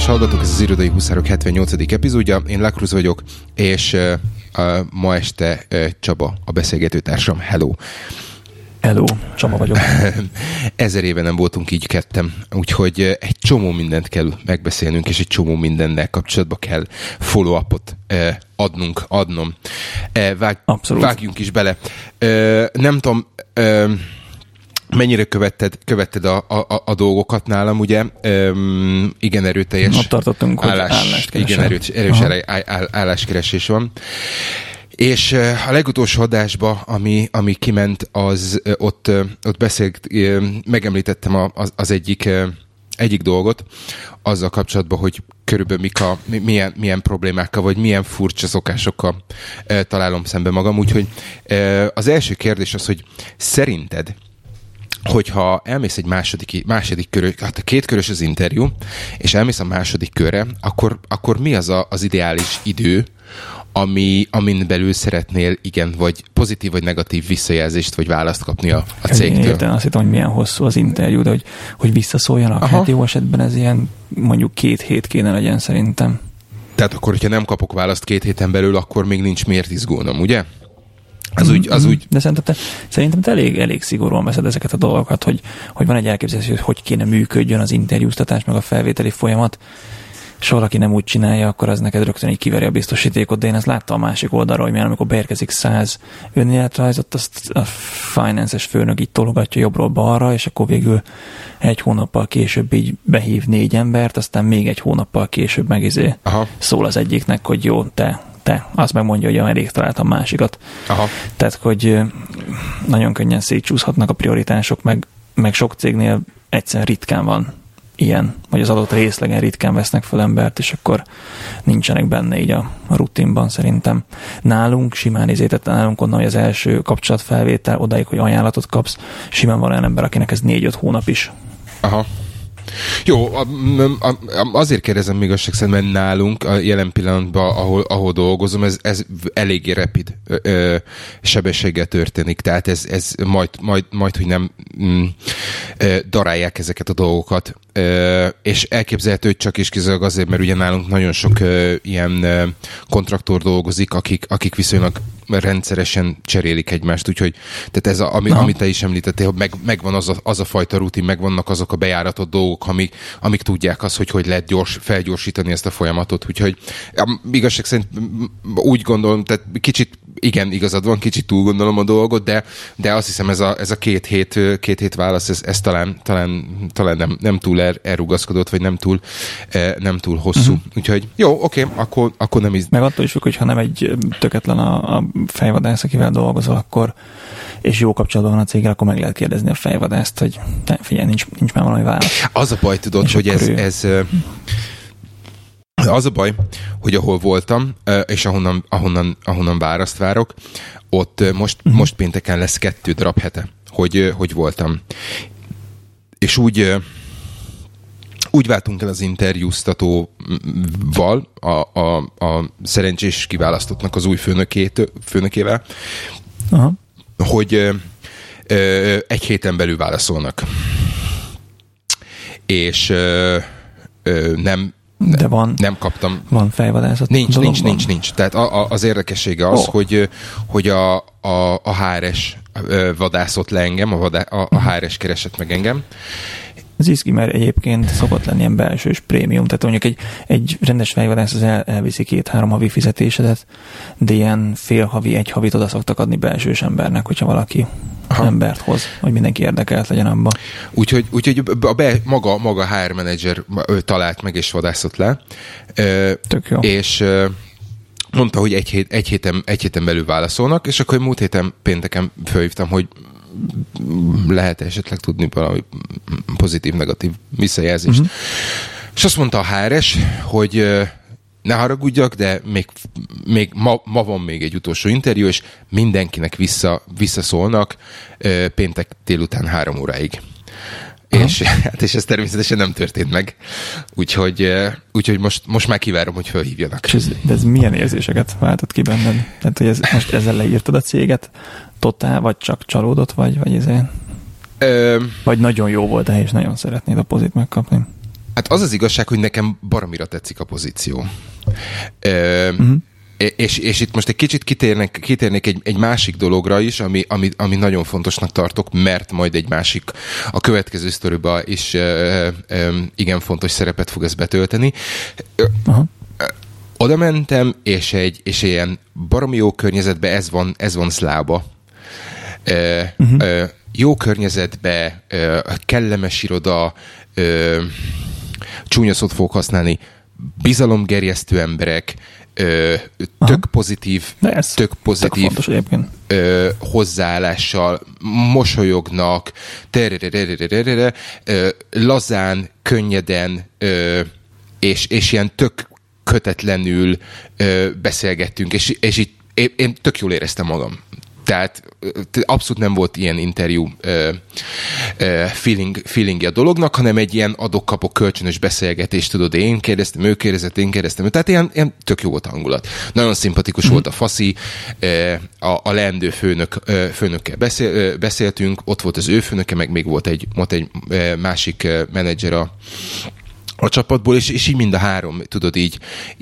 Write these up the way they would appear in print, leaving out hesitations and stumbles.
Kedves hallgatók, ez az Irodai Huszárok 78. epizódja. Én Lakruz vagyok, és ma este Csaba a beszélgetőtársam. Hello! Hello, Csaba vagyok. 1000 éve nem voltunk így ketten, úgyhogy egy csomó mindent kell megbeszélnünk, és egy csomó mindennel kapcsolatban kell follow-upot adnom. Vágjunk is bele. Nem tudom, mennyire követted a dolgokat nálam, ugye? Igen erőteljes ott tartottunk, hogy álláskeresés. Igen, erős álláskeresés van. És a legutolsó adásban, ami kiment, az ott megemlítettem az egyik dolgot, azzal kapcsolatban, hogy körülbelül milyen problémákkal, vagy milyen furcsa szokásokkal találom szembe magam. Úgyhogy az első kérdés az, hogy szerinted, hogyha elmész egy második körre, hát a 2 körös az interjú, és elmész a második körre, akkor mi az ideális idő, amin belül szeretnél igen, vagy pozitív, vagy negatív visszajelzést, vagy választ kapni a cégtől? Értem, azt hittem, hogy milyen hosszú az interjú, de hogy visszaszóljanak. Aha. Hát jó esetben ez ilyen mondjuk 2 hét kéne legyen szerintem. Tehát akkor, hogyha nem kapok választ 2 héten belül, akkor még nincs miért izgulnom, ugye? Az úgy. De szerintem te elég szigorúan veszed ezeket a dolgokat, hogy van egy elképzelés, hogy kéne működjön az interjúztatás, meg a felvételi folyamat, és valaki nem úgy csinálja, akkor az neked rögtön így kiveri a biztosítékot, de én ezt láttam a másik oldalról, hogy milyen, amikor beérkezik 100 önéletrajzot, azt a finance-es főnök így tologatja jobbról balra, és akkor végül 1 hónappal később így behív 4 embert, aztán még 1 hónappal később szól az egyiknek, hogy jó, te, azt megmondja, hogy elég találtam másikat. Aha. Tehát, hogy nagyon könnyen szétcsúszhatnak a prioritások, meg sok cégnél egyszerűen ritkán van ilyen, hogy az adott részlegen ritkán vesznek fel embert, és akkor nincsenek benne így a rutinban szerintem. Nálunk simán nálunk onnan, hogy az első kapcsolatfelvétel odáig, hogy ajánlatot kapsz, simán van olyan ember, akinek ez 4-5 hónap is. Aha. Jó, azért kérdezem még azt szerint, mert nálunk a jelen pillanatban, ahol dolgozom, ez eléggé rapid sebességgel történik, tehát ez majd hogy nem darálják ezeket a dolgokat, és elképzelhető, hogy csak és kizárólag azért, mert ugye nálunk nagyon sok ilyen kontraktor dolgozik, akik viszonylag rendszeresen cserélik egymást, úgyhogy tehát ez amit te is említettél, hogy megvan az a fajta rutin, megvannak azok a bejáratott dolgok, amik tudják azt, hogy lehet felgyorsítani ezt a folyamatot, úgyhogy igazság szerint úgy gondolom, tehát kicsit igen, igazad van, kicsit túl gondolom a dolgot, de azt hiszem ez a 2 hét válasz, ez talán nem túl elrugaszkodott, vagy nem túl hosszú. Úgyhogy jó, oké, akkor nem is. Meg attól is függ, hogyha nem egy töketlen a fejvadász, akivel dolgozol, akkor és jó kapcsolatban van a céggel, akkor meg lehet kérdezni a fejvadászt, hogy figyelj, nincs már valami válasz. Az a baj, tudod, és hogy ez az a baj, hogy ahol voltam, és ahonnan választ várok, ott most pénteken lesz 2 darab hete, hogy voltam. És úgy váltunk el az interjúztatóval, a szerencsés kiválasztottnak az új főnökével, aha, hogy 1 héten belül válaszolnak. És nem kaptam. Van fejvadászat? Nincs. Tehát az érdekessége az, hogy a HRS vadászott le engem, a HRS keresett meg engem. Ez izgi, mert egyébként szokott lenni ilyen belsős prémium, tehát mondjuk egy rendes fejvadász az elviszi 2-3 havi fizetésedet, de ilyen fél havi, 1 havit oda szoktak adni belsős embernek, hogyha valaki embert hoz, hogy mindenki érdekelt legyen abban. Úgyhogy maga HR menedzser talált meg és vadászott le. Tök jó. És mondta, hogy egy héten belül válaszolnak, és akkor múlt héten pénteken fölhívtam, hogy lehet esetleg tudni valami pozitív-negatív visszajelzést. És azt mondta a HRS, hogy ne haragudjak, de még ma van még egy utolsó interjú, és mindenkinek visszaszólnak péntek délután 3 óráig. És ez természetesen nem történt meg. Úgyhogy most már kivárom, hogy felhívjanak. De ez milyen érzéseket váltott ki benned? Tehát, hogy most ezzel leírtad a céget totál, vagy csak csalódott, vagy ezért? Vagy nagyon jó volt és nagyon szeretnéd a pozit megkapni? Hát az az igazság, hogy nekem baromira tetszik a pozíció. És itt most egy kicsit kitérnék egy másik dologra is, ami nagyon fontosnak tartok, mert majd egy másik, a következő sztoriba is igen fontos szerepet fog ez betölteni. Oda mentem, és egy ilyen baromi jó környezetbe, ez van Szlába. Jó környezetbe, kellemes iroda, csúnya szót fogok használni, bizalomgerjesztő emberek, tök pozitív hozzáállással, mosolyognak, lazán, könnyeden, és ilyen tök kötetlenül beszélgettünk, és így én tök jól éreztem magam. Tehát abszolút nem volt ilyen interjú feelingje a dolognak, hanem egy ilyen adok-kapok kölcsönös beszélgetés, tudod, én kérdeztem, ő kérdezett, én kérdeztem, tehát ilyen tök jó volt a hangulat. Nagyon szimpatikus volt a faszi, a leendő főnökkel beszéltünk, ott volt az ő főnöke, meg még volt egy másik menedzser a csapatból, és így mind a három, tudod, így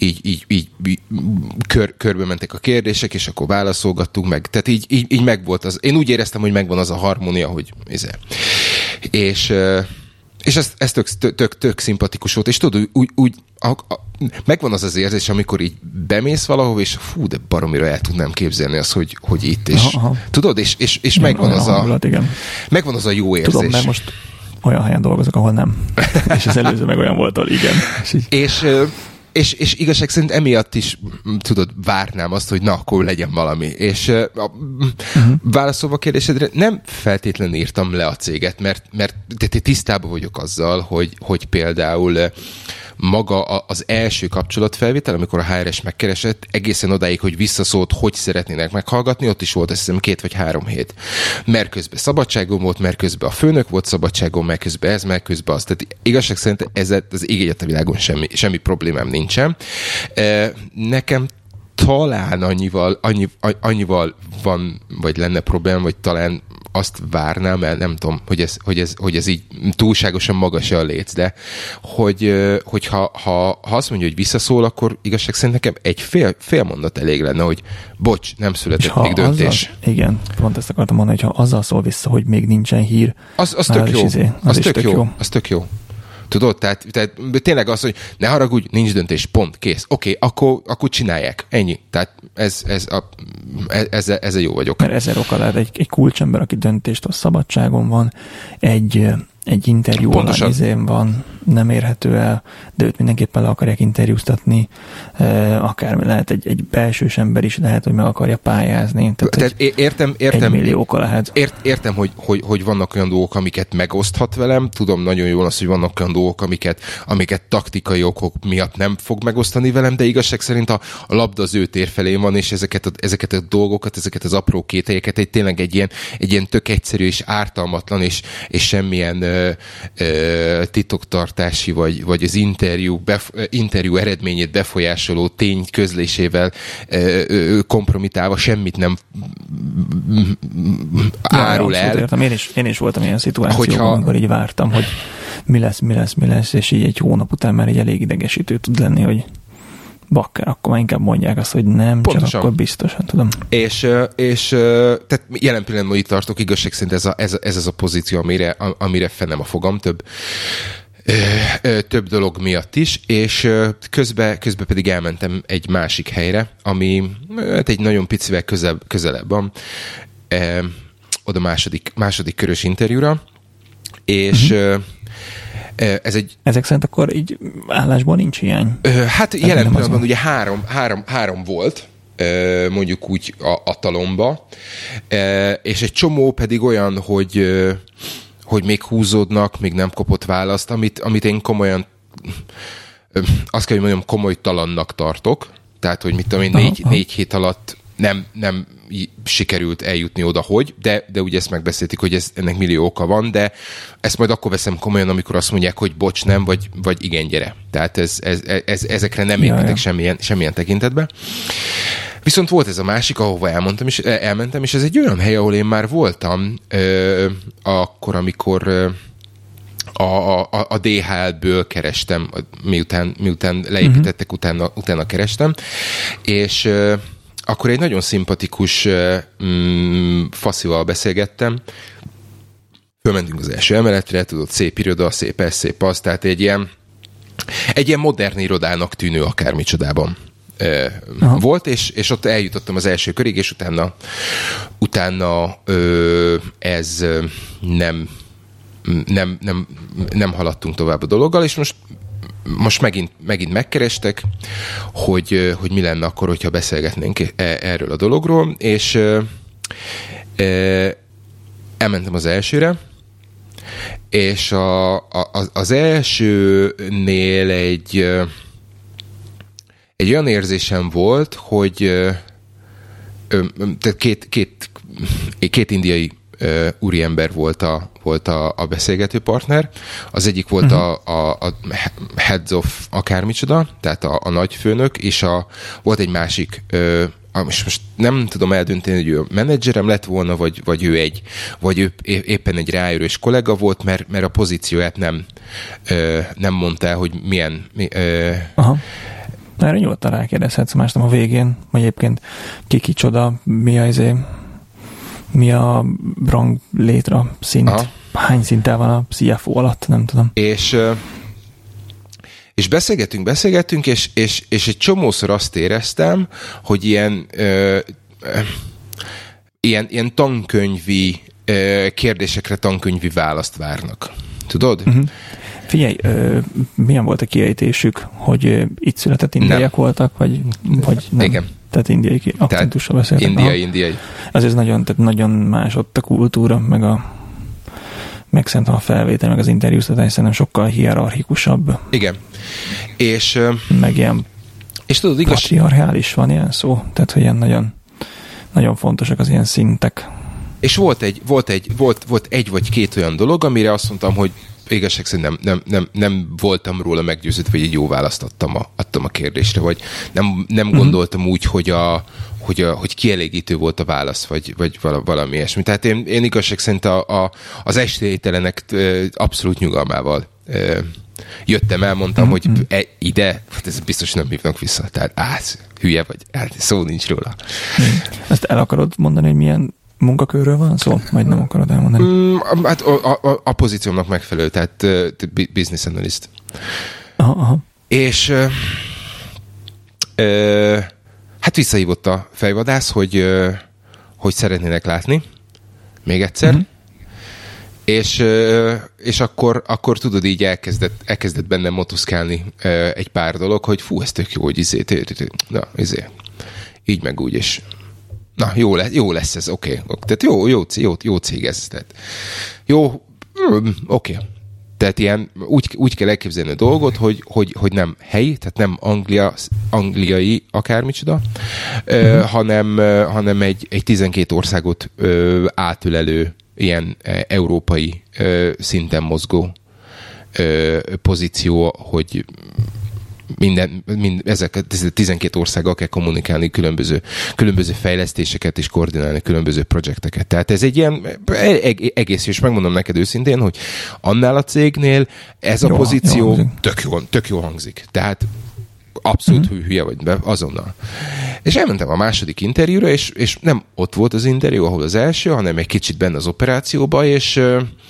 körbe mentek a kérdések, és akkor válaszolgattunk meg. Tehát így megvolt az. Én úgy éreztem, hogy megvan az a harmónia, hogy és ez tök szimpatikus volt, és tudod, úgy megvan az az érzés, amikor így bemész valahova, és fú, de baromira el tudnám képzelni azt, hogy itt is. Tudod, és megvan az hangulat, megvan az a jó érzés. Tudom, mert most olyan helyen dolgozok, ahol nem. És az előző meg olyan volt, ahol igen. És igazság szerint emiatt is, tudod, várnám azt, hogy na, akkor legyen valami. És válaszolva a kérdésedre, nem feltétlenül írtam le a céget, mert tisztában vagyok azzal, hogy például maga az első kapcsolatfelvétel, amikor a HRS megkeresett, egészen odáig, hogy visszaszólt, hogy szeretnének meghallgatni, ott is volt azt hiszem 2 vagy 3 hét. Mert közben szabadságom volt, mert közben a főnök volt szabadságom, mert közben ez, mert közben az. Tehát igazság szerint ez az ég egyet a világon semmi problémám nincsen. Nekem talán annyival van, vagy lenne probléma, vagy talán azt várnám, mert nem tudom, hogy ez így túlságosan magas a léc, de hogy ha azt mondja, hogy visszaszól, akkor igazság szerint nekem egy fél mondat elég lenne, hogy bocs, nem született még döntés. Igen, pont ezt akartam mondani, hogy ha azzal szól vissza, hogy még nincsen hír, az tök jó. Tudod? Tehát tényleg az, hogy ne haragudj, nincs döntés, pont, kész. Oké, akkor csinálják. Ennyi. Tehát ezzel jó vagyok. Mert 1000 oka lehet egy kulcsember, aki döntést hoz, szabadságon van, egy interjú online van, nem érhető el, de őt mindenképpen le akarják interjúztatni, akár lehet egy belsős ember is lehet, hogy meg akarja pályázni. Tehát értem, 1 millió oka lehet. Értem, hogy vannak olyan dolgok, amiket megoszthat velem, tudom nagyon jól azt, hogy vannak olyan dolgok, amiket taktikai okok miatt nem fog megosztani velem, de igazság szerint a labda az ő tér felén van, és ezeket a dolgokat, ezeket az apró kételyeket tényleg egy ilyen tök egyszerű és ártalmatlan és semmilyen titoktartási vagy az interjú eredményét befolyásoló tény közlésével kompromitálva semmit nem árul el. Értem. Én is voltam ilyen szituációban, amikor így vártam, hogy mi lesz, és így egy hónap után már így elég idegesítő tud lenni, hogy bakker, akkor már inkább mondják azt, hogy nem, pontosan. Csak akkor biztosan tudom. És tehát jelen pillanatban itt tartok, igazság szerint ez az a pozíció, amire fennem a fogam több dolog miatt is, és közben pedig elmentem egy másik helyre, ami egy nagyon picivel közelebb van, oda második körös interjúra, és ezek szerint akkor így állásból nincs hiány? Hát jelen pillanatban ugye három volt, mondjuk úgy a talomba, és egy csomó pedig olyan, hogy még húzódnak, még nem kapott választ, amit én komolyan, azt kell, hogy mondjam, komolytalannak tartok. Tehát, hogy mit tudom én, 4 hét alatt nem sikerült eljutni oda, de ugye ezt megbeszéltük, hogy ennek millió oka van, de ezt majd akkor veszem komolyan, amikor azt mondják, hogy bocs, nem, vagy igen, gyere. Tehát ezekre nem építek semmilyen tekintetben. Viszont volt ez a másik, ahova elmentem, és ez egy olyan hely, ahol én már voltam akkor, amikor a DHL-ből kerestem, miután leépítettek, utána kerestem, és akkor egy nagyon szimpatikus faszival beszélgettem, fölmentünk az első emeletre, tudod, szép iroda, szép ez, szép az, tehát egy ilyen modern irodának tűnő akármicsodában volt, és ott eljutottam az első körig, és utána ez nem haladtunk tovább a dologgal, és most megint megkerestek, hogy mi lenne akkor, hogyha beszélgetnénk erről a dologról, és elmentem az elsőre, és az elsőnél egy olyan érzésem volt, hogy tehát két indiai úriember volt a beszélgető partner. Az egyik volt a heads of akármicsoda, tehát a nagyfőnök, és volt egy másik, most nem tudom eldönteni, hogy ő a menedzserem lett volna, vagy ő éppen egy ráérős kollega volt, mert a pozícióját nem mondta el, hogy milyen... Aha. Erre nyugodtan rákérdezhetsz másnap a végén, vagy egyébként kicsoda, mi a rang létra szint, aha, hány szinten van a CFO alatt, nem tudom. És beszélgettünk, és egy csomószor azt éreztem, hogy ilyen tankönyvi kérdésekre tankönyvi választ várnak. Tudod? Uh-huh. Figyelj, milyen volt a kiejtésük, hogy itt született indiaiak voltak, vagy nem? Igen. Tehát indiai akcentussal beszéltek. Indiai. Azért nagyon más ott a kultúra, meg szerintem a felvétel, meg az interjúztatás szerintem sokkal hierarchikusabb. Igen. És meg ilyen tudod, patriarchális van ilyen szó, tehát hogy ilyen nagyon, nagyon fontosak az ilyen szintek. És volt egy vagy két olyan dolog, amire azt mondtam, hogy igazság szerint nem voltam róla meggyőződve, hogy egy jó választ adtam a kérdésre, vagy nem gondoltam úgy, hogy kielégítő volt a válasz, vagy valami ilyesmi. Tehát én igazság szerint az esélytelenek abszolút nyugalmával jöttem, elmondtam, hogy ide, hát ez biztos nem hívnak vissza. Tehát hülye vagy, szó nincs róla. Ezt el akarod mondani, hogy milyen munkakörről van szó? Vagy nem akarod elmondani? Hát a pozíciómnak megfelelő, tehát business analyst. Aha. És hát visszahívott a fejvadász, hogy szeretnének látni még egyszer, és akkor tudod, így elkezdett bennem motoszkálni egy pár dolog, hogy fú, ez tök jó, hogy így meg úgy, és na, jó lesz ez, oké. Tehát jó cég ez. Tehát jó, oké. Tehát ilyen, úgy kell elképzelni a dolgot, hogy nem helyi, tehát nem angliai akármicsoda, hanem egy 12 országot átölelő, ilyen európai szinten mozgó pozíció, hogy ezek 12 országgal kell kommunikálni, különböző fejlesztéseket és koordinálni, különböző projekteket. Tehát ez egy ilyen egész, és megmondom neked őszintén, hogy annál a cégnél ez a pozíció tök jó hangzik. Tehát abszolút hülye vagy be azonnal. És elmentem a második interjúra, és nem ott volt az interjú, ahol az első, hanem egy kicsit benne az operációba, és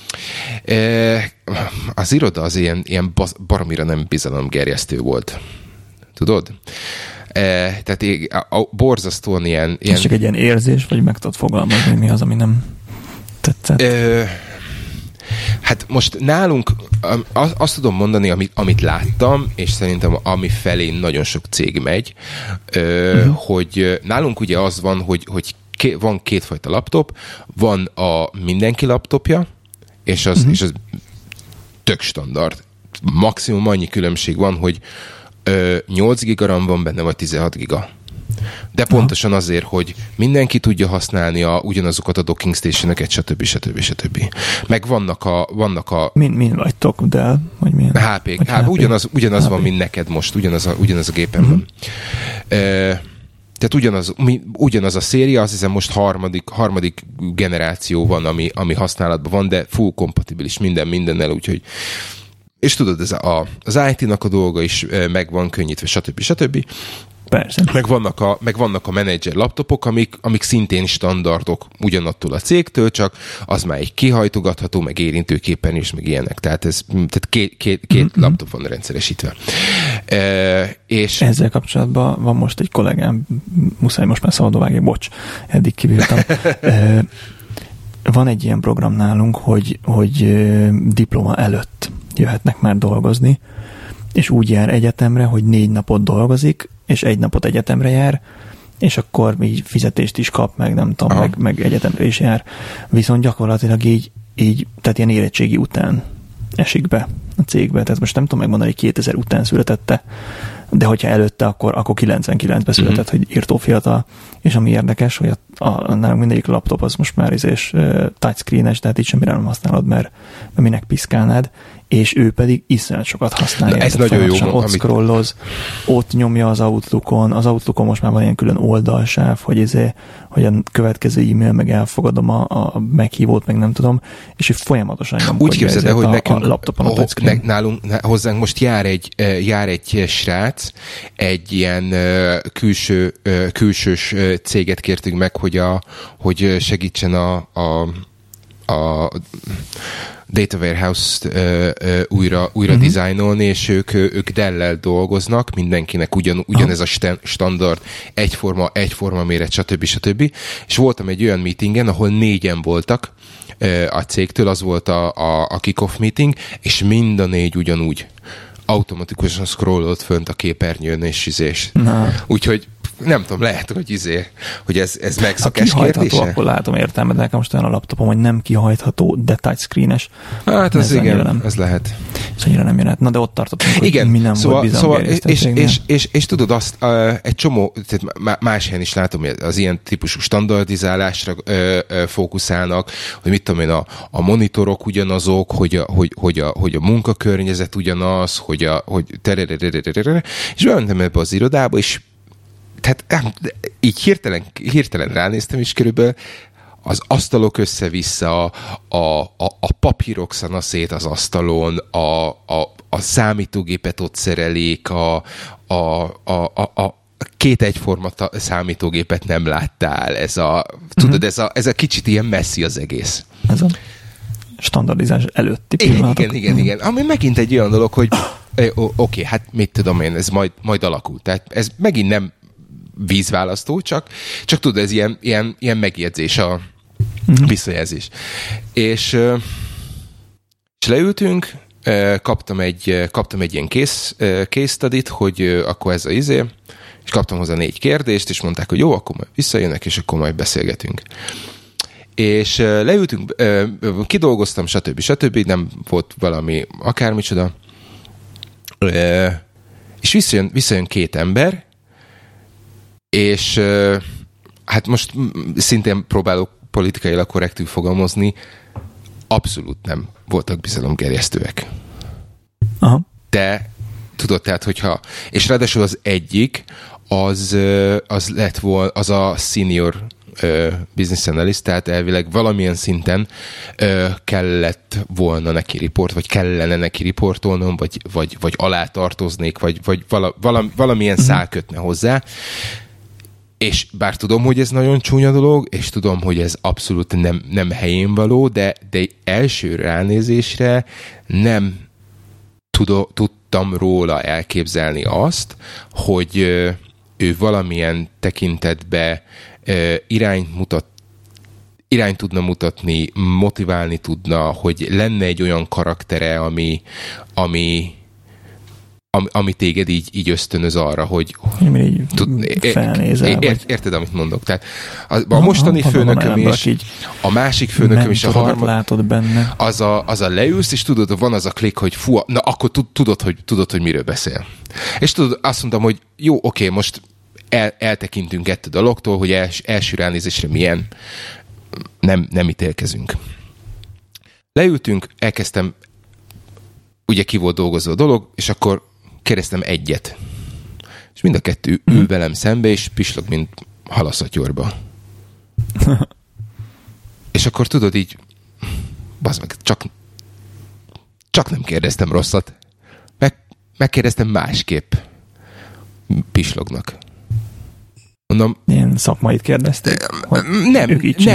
az iroda az ilyen baromira nem bizalomgerjesztő volt. Tudod? Tehát borzasztóan ilyen... Ez csak egy ilyen érzés, vagy meg tudod fogalmazni, mi az, ami nem tetszett? Hát most nálunk azt tudom mondani, amit láttam, és szerintem ami felé nagyon sok cég megy, hogy nálunk ugye az van, hogy van kétfajta laptop, van a mindenki laptopja, és az tök standard. Maximum annyi különbség van, hogy 8 giga RAM van benne, vagy 16 giga. De pontosan azért, hogy mindenki tudja használni ugyanazokat a docking stationeket, stb. Meg vannak a... Min vagytok, Dell? Vagy milyen? HP. Ugyanaz van, mint neked most. Ugyanaz a gépen van. Tehát ugyanaz a széria, azt hiszem most harmadik generáció van, ami használatban van, de full kompatibilis mindennel, úgyhogy és tudod, az IT-nak a dolga is meg van könnyítve, stb. Persze. Meg vannak a menedzser laptopok, amik szintén standardok ugyanattól a cégtől, csak az már egy kihajtogatható, meg érintőképen is, meg ilyenek. Tehát két laptop van rendszeresítve. És ezzel kapcsolatban van most egy kollégám, muszáj most már szabadba vágni, bocs, eddig kibírtam. Van egy ilyen program nálunk, hogy diploma előtt jöhetnek már dolgozni, és úgy jár egyetemre, hogy 4 napot dolgozik, és 1 napot egyetemre jár, és akkor így fizetést is kap, meg nem tudom, meg egyetemre is jár. Viszont gyakorlatilag így, tehát ilyen érettségi után esik be a cégbe. Tehát most nem tudom megmondani, hogy 2000 után születette, de hogyha előtte, akkor 99-ben született, hogy írtó fiatal. És ami érdekes, hogy nálunk mindegyik laptop az most már touchscreen-es, tehát így semmire nem használod, mert minek piszkálnád, és ő pedig iszonyat sokat használja. Ez nagyon jó. Ott scrolloz, ott nyomja az Outlookon most már van ilyen külön oldalsáv, hogy a következő e-mail meg elfogadom a meghívót, meg nem tudom, és ő folyamatosan nyomkodja. Úgy képzeld el, hogy nekünk a laptopon a touchscreen. Hozzánk most jár egy srác, egy ilyen külsős céget kértünk meg, hogy segítsen a Data Warehouse-t újra dizájnolni, és ők Dell-lel dolgoznak, mindenkinek ugyanez a standard, egyforma méret, stb. És voltam egy olyan meetingen, ahol 4-en voltak a cégtől, az volt a kick-off meeting, és mind a 4 ugyanúgy automatikusan scrollolt fönt a képernyőn, és úgyhogy nem tudom, lehet, hogy ez megszokás kérdése. Akkor látom értelmet, nekem most olyan a laptopom, hogy nem kihajtható, de touchscreen-es. Hát ez igen, ez lehet. Ez annyira nem jön át. Na, de ott tartottunk, igen, hogy mi nem volt bizalomgerjesztettségnél. És tudod azt, egy csomó, tehát más helyen is látom, hogy az ilyen típusú standardizálásra fókuszálnak, hogy mit tudom én, a monitorok ugyanazok, hogy a munkakörnyezet ugyanaz, hogy és bementem ebbe az irodába, és tehát így hirtelen ránéztem, és körülbelül az asztalok össze-vissza, a papírok szanaszét az asztalon, a számítógépet ott szerelik, a két egyforma számítógépet nem láttál. Tudod, ez a kicsit ilyen messzi az egész. Ez a standardizás előtti pillanatok. Igen. Ami megint egy olyan dolog, hogy oké, hát mit tudom én, ez majd alakul. Tehát ez megint nem vízválasztó, csak tudod, ez ilyen megjegyzés, a visszajelzés. És leültünk, kaptam egy ilyen case study-t, hogy akkor ez és kaptam hozzá 4 kérdést, és mondták, hogy jó, akkor majd visszajönnek, és akkor majd beszélgetünk. És leültünk, kidolgoztam, stb. Nem volt valami akármicsoda. És visszajön 2 ember, és hát most szintén próbálok politikailag korrektül fogalmazni, abszolút nem voltak bizalomgerjesztőek. Aha. De tudod, tehát, hogyha, és ráadásul az egyik, az lett volna, az a senior business analyst, tehát elvileg valamilyen szinten kellett volna neki report, vagy kellene neki riportolnom, vagy alátartoznék, vagy valamilyen szál kötne hozzá. És bár tudom, hogy ez nagyon csúnya dolog, és tudom, hogy ez abszolút nem helyén való, de első ránézésre nem tudtam róla elképzelni azt, hogy ő valamilyen tekintetbe irányt tudna mutatni, motiválni tudna, hogy lenne egy olyan karaktere, ami téged így ösztönöz arra, hogy felnézel. Érted, amit mondok? Tehát a mostani főnököm és a másik főnököm és a harmadik látod benne. Az a leülsz, és tudod, van az a klik, hogy fú, na akkor tudod, hogy miről beszél. És tudod, azt mondtam, hogy jó, oké, most eltekintünk ettől dologtól, hogy első ránézésre milyen, nem ítélkezünk. Leültünk, elkezdtem, ugye ki volt dolgozva a dolog, és akkor kérdeztem egyet. És mind a kettő ül velem szembe, és pislog, mint halaszatyorba. És akkor tudod így, bazd meg, csak nem kérdeztem rosszat. Megkérdeztem másképp. Pislognak. Mondom, ilyen szakmait kérdezték? Nem.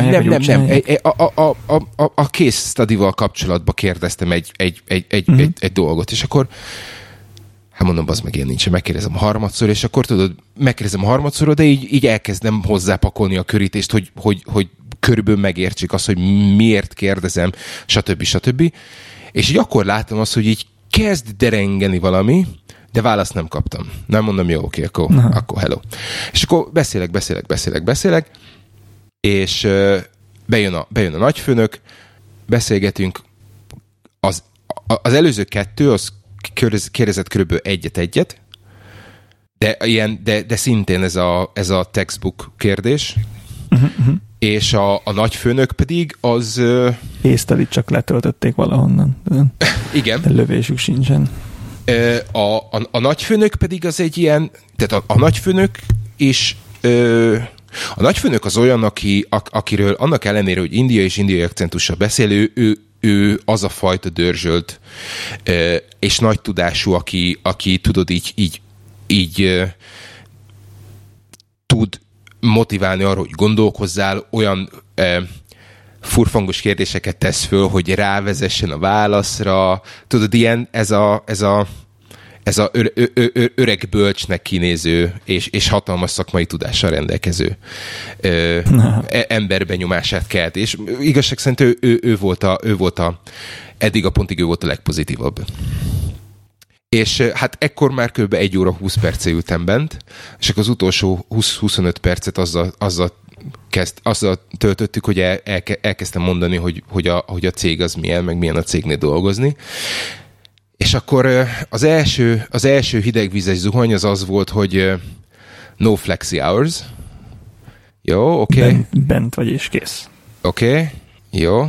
A case study-val kapcsolatban kérdeztem egy dolgot, és akkor hát mondom, az meg ilyen nincs, megkérdezem harmadszor, és akkor tudod, megkérdezem harmadszor, de így elkezdem hozzápakolni a körítést, hogy körülbelül megértsék azt, hogy miért kérdezem, stb. És így akkor látom azt, hogy így kezd derengeni valami, de választ nem kaptam. Nem mondom, jó, oké, akkor hello. És akkor beszélek, és bejön a nagyfőnök, beszélgetünk, az előző kettő, az kérdezett körülbelül egyet, de szintén ez a textbook kérdés, és a nagyfőnök pedig az... Észtelit csak letöltötték valahonnan. Igen. De lövésük sincsen. A nagyfőnök pedig az egy ilyen, tehát a nagyfőnök is a nagyfőnök az olyan, akiről annak ellenére, hogy indiai akcentussal beszél, ő az a fajta dörzsölt és nagy tudású, aki tudod így tud motiválni arra, hogy gondolkozzál, olyan furfangos kérdéseket tesz föl, hogy rávezessen a válaszra. Tudod, ilyen ez a öreg bölcsnek kinéző és hatalmas szakmai tudással rendelkező emberbenyomását kelt. És igazság szerint ő volt eddig a pontig ő volt a legpozitívabb. És hát ekkor már kb. 1 óra 20 perce ültem bent, és akkor az utolsó 20-25 percet azzal töltöttük, hogy elkezdtem mondani, hogy a cég az milyen, meg milyen a cégnél dolgozni. És akkor az első hidegvízes zuhany az volt, hogy no flexi hours. Jó, oké. Okay. Bent vagy és kész. Oké, jó.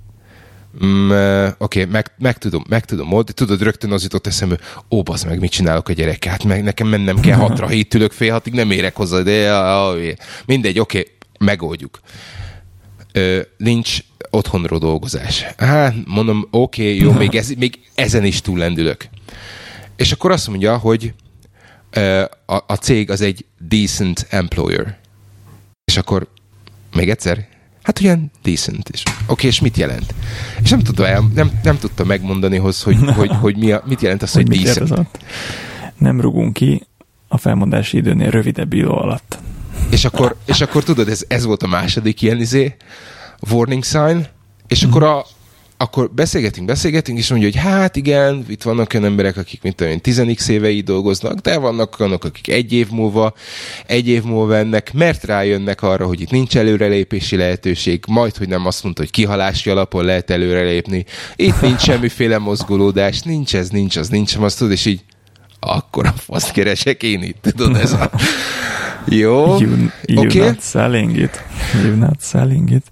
Oké, meg tudom oldani. Tudod, rögtön az jutott eszembe, bazd meg, mit csinálok a gyerekkel? Hát nekem mennem kell 6-ra, 7 ülök, fél 6-ig nem érek hozzá, de mindegy, oké, megoldjuk. Nincs otthonról dolgozás. Hát, mondom, oké, jó, még ezen is túllendülök. És akkor azt mondja, hogy a cég az egy decent employer. És akkor még egyszer, hát olyan decent is. Oké, és mit jelent? És nem tudta megmondani, hogy mit jelent az, hogy decent. Nem rugunk ki a felmondási időnél rövidebb idő alatt. És akkor tudod, ez volt a második ilyen warning sign, és akkor beszélgetünk, és mondja, hogy hát igen, itt vannak olyan emberek, akik 10x évei dolgoznak, de vannak olyanok, akik egy év múlva ennek, mert rájönnek arra, hogy itt nincs előrelépési lehetőség, majd, hogy nem azt mondta, hogy kihalási alapon lehet előrelépni, itt nincs semmiféle mozgolódás, nincs ez, azt tudod, és így akkor a faszt keresek én itt, tudod, ez a... Jó, you're not selling it. You're not selling it.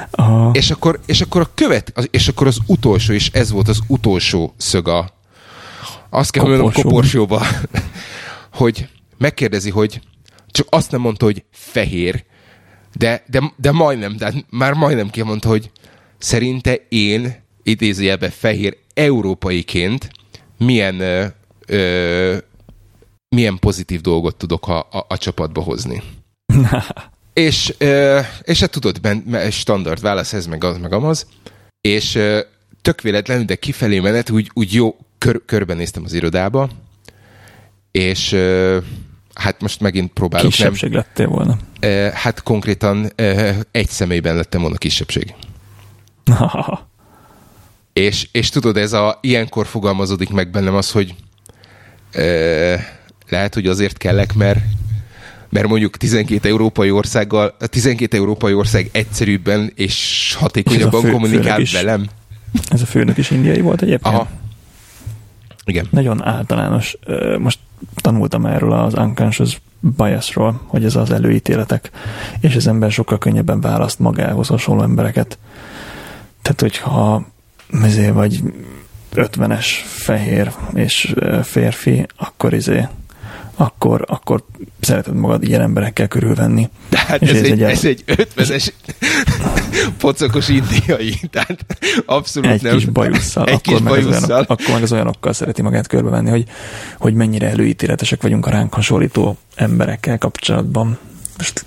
És akkor az utolsó, és ez volt az utolsó szög azt kell mondanom koporsóba, hogy megkérdezi, hogy csak azt nem mondta, hogy fehér, de majdnem, de már majdnem kimondta, hogy szerinte én, idézőjelben fehér európaiként milyen pozitív dolgot tudok a csapatba hozni. és hát tudod, standard válasz ez, meg amaz, és tök véletlenül, de kifelé menet, úgy jó, körbenéztem az irodába, és hát most megint próbálok. Kisebbség lettél volna. Hát konkrétan egy személyben lettem volna kisebbség. és tudod, ilyenkor fogalmazódik meg bennem az, hogy lehet, hogy azért kellek, mert mondjuk 12 európai ország egyszerűbben és hatékonyabban kommunikál velem. Ez a főnök is indiai volt egyébként? Aha. Igen. Nagyon általános. Most tanultam erről az unconscious biasról, hogy ez az előítéletek, és az ember sokkal könnyebben választ magához hasonló embereket. Tehát, hogyha vagy 50-es fehér és férfi, akkor akkor szereted magad ilyen emberekkel körülvenni. De hát ez egy 50-es pocokos indiai, tehát abszolút egy nem. Kis bajusszal, akkor meg az olyanokkal szereti magát körbevenni, hogy mennyire előítéletesek vagyunk a ránk hasonlító emberekkel kapcsolatban. Most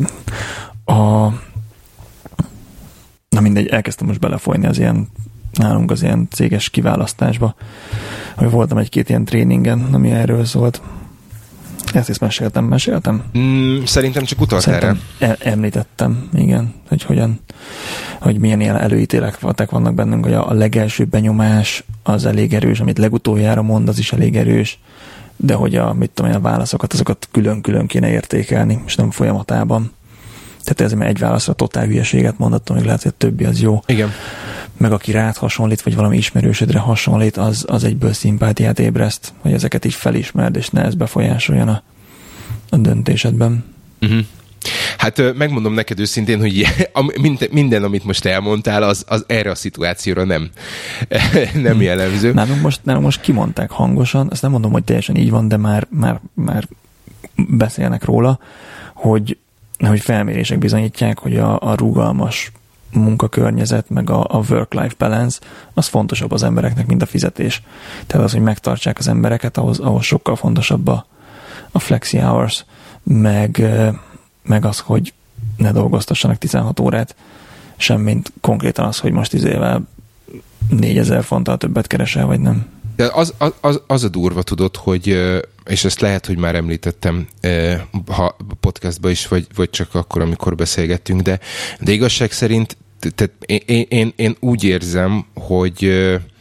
na mindegy, elkezdtem most belefolyni nálunk az ilyen céges kiválasztásba, hogy voltam egy-két ilyen tréningen, ami erről szólt. Ezt meséltem? Szerintem csak utaltál rá. Említettem, igen, hogy milyen ilyen előítéletek vannak bennünk, hogy a legelső benyomás az elég erős, amit legutoljára mond, az is elég erős, de hogy a válaszokat, azokat külön-külön kéne értékelni, és nem folyamatában. Tehát ez egy válaszra totál hülyeséget mondottam, hogy lehet, hogy a többi az jó. Igen. Meg aki rád hasonlít, vagy valami ismerősödre hasonlít, az egyből szimpátiát ébreszt, hogy ezeket így felismerd, és ne ez befolyásoljon a döntésedben. Uh-huh. Hát megmondom neked őszintén, hogy minden, amit most elmondtál, az erre a szituációra nem jellemző. Nálunk most kimondták hangosan, ezt nem mondom, hogy teljesen így van, de már beszélnek róla, hogy felmérések bizonyítják, hogy a rugalmas munkakörnyezet, meg a work-life balance, az fontosabb az embereknek, mint a fizetés. Tehát az, hogy megtartsák az embereket, ahhoz sokkal fontosabb a flexi hours, meg az, hogy ne dolgoztassanak 16 órát, semmint konkrétan az, hogy most 4000 fonttal többet keresel, vagy nem. De az a durva, tudod, hogy, és ezt lehet, hogy már említettem ha podcastban is, vagy csak akkor, amikor beszélgettünk, de igazság szerint tehát én úgy érzem, hogy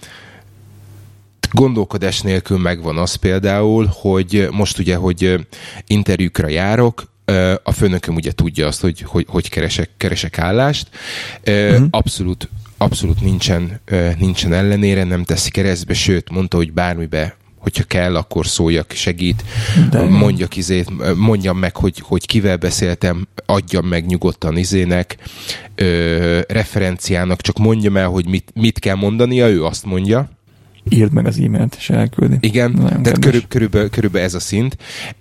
gondolkodás nélkül megvan az például, hogy most ugye, hogy interjúkra járok, a főnököm ugye tudja azt, hogy keresek állást. Abszolút nincsen ellenére, nem teszi keresztbe, sőt, mondta, hogy bármibe, hogyha kell, akkor szóljak, segít, mondjam meg, hogy kivel beszéltem, adjam meg nyugodtan referenciának, csak mondjam el, hogy mit kell mondania, ő azt mondja. Írd meg az e-mailt, és elküldi. Igen, tehát körülbelül ez a szint.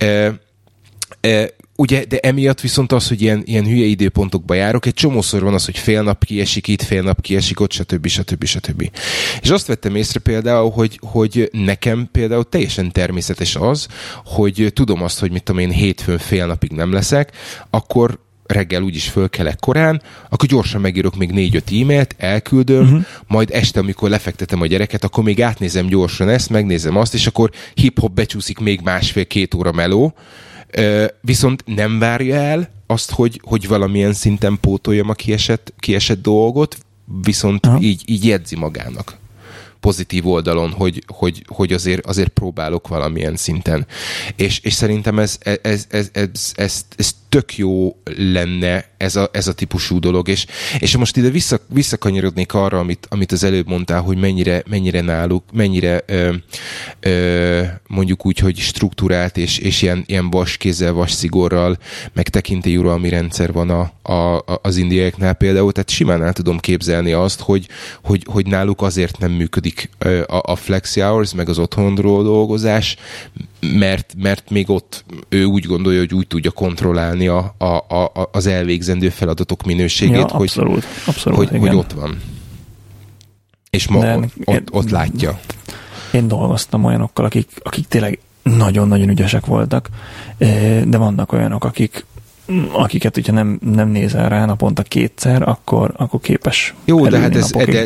Ugye, de emiatt viszont az, hogy ilyen hülye időpontokba járok, egy csomószor van az, hogy fél nap kiesik itt, fél nap kiesik ott, stb. És azt vettem észre például, hogy nekem például teljesen természetes az, hogy tudom azt, hogy mit tudom én, hétfőn fél napig nem leszek, akkor reggel úgyis fölkelek korán, akkor gyorsan megírok még 4-5 e-mailt, elküldöm, majd este, amikor lefektetem a gyereket, akkor még átnézem gyorsan ezt, megnézem azt, és akkor hip-hop becsúszik még 1,5-2 óra meló, viszont nem várja el azt, hogy valamilyen szinten pótoljam a kiesett dolgot, viszont így jegyzi magának pozitív oldalon, hogy azért próbálok valamilyen szinten. És szerintem ez tök jó lenne ez a típusú dolog, és most ide visszakanyarodnék arra, amit az előbb mondtál, hogy mennyire náluk, mennyire mondjuk úgy, hogy struktúrált és ilyen vaskézzel, vasszigorral, meg tekintélyuralmi rendszer van az indiaiaknál például, tehát simán el tudom képzelni azt, hogy náluk azért nem működik a flexi hours, meg az otthonról dolgozás, mert még ott ő úgy gondolja, hogy úgy tudja kontrollálni az elvégzendő feladatok minőségét, ja, abszolút, hogy ott van. És ott látja. Én dolgoztam olyanokkal, akik tényleg nagyon-nagyon ügyesek voltak, de vannak olyanok, akiket, hogyha nem nézel rá naponta 2-szer, akkor képes. Jó, de hát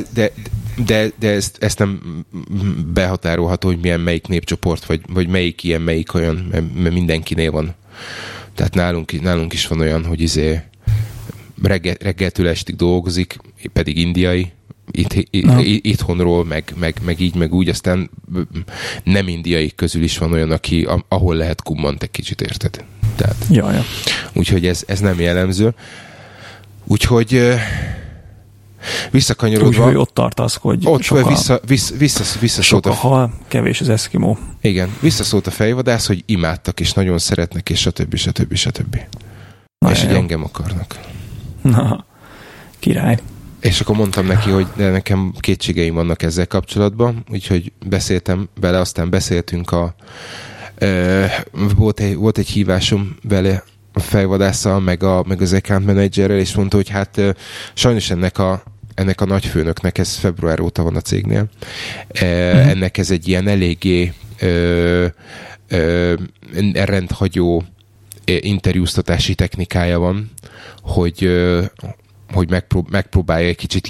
ezt nem behatárolható, hogy melyik népcsoport, vagy melyik ilyen, melyik olyan, mert mindenkinél van. Tehát nálunk is van olyan, hogy reggeltől estig dolgozik, pedig indiai, itthonról, meg így, meg úgy, aztán nem indiai közül is van olyan, ahol lehet kummant egy kicsit, érted? Tehát, ja. Úgyhogy ez nem jellemző. Úgyhogy visszakanyarodva... Úgyhogy ott tartasz, hogy ott visszaszólt a hal, kevés az eszkimó. Igen, visszaszólt a fejvadász, hogy imádtak, és nagyon szeretnek, és stb. Na, és hogy engem akarnak. Na, király. És akkor mondtam neki, hogy de nekem kétségeim vannak ezzel kapcsolatban, úgyhogy beszéltem vele, aztán beszéltünk Volt egy hívásom vele, a fejvadásszal, meg az account managerrel, és mondta, hogy hát sajnos ennek a nagyfőnöknek, ez február óta van a cégnél, ennek ez egy ilyen eléggé rendhagyó interjúztatási technikája van, hogy megpróbálja egy kicsit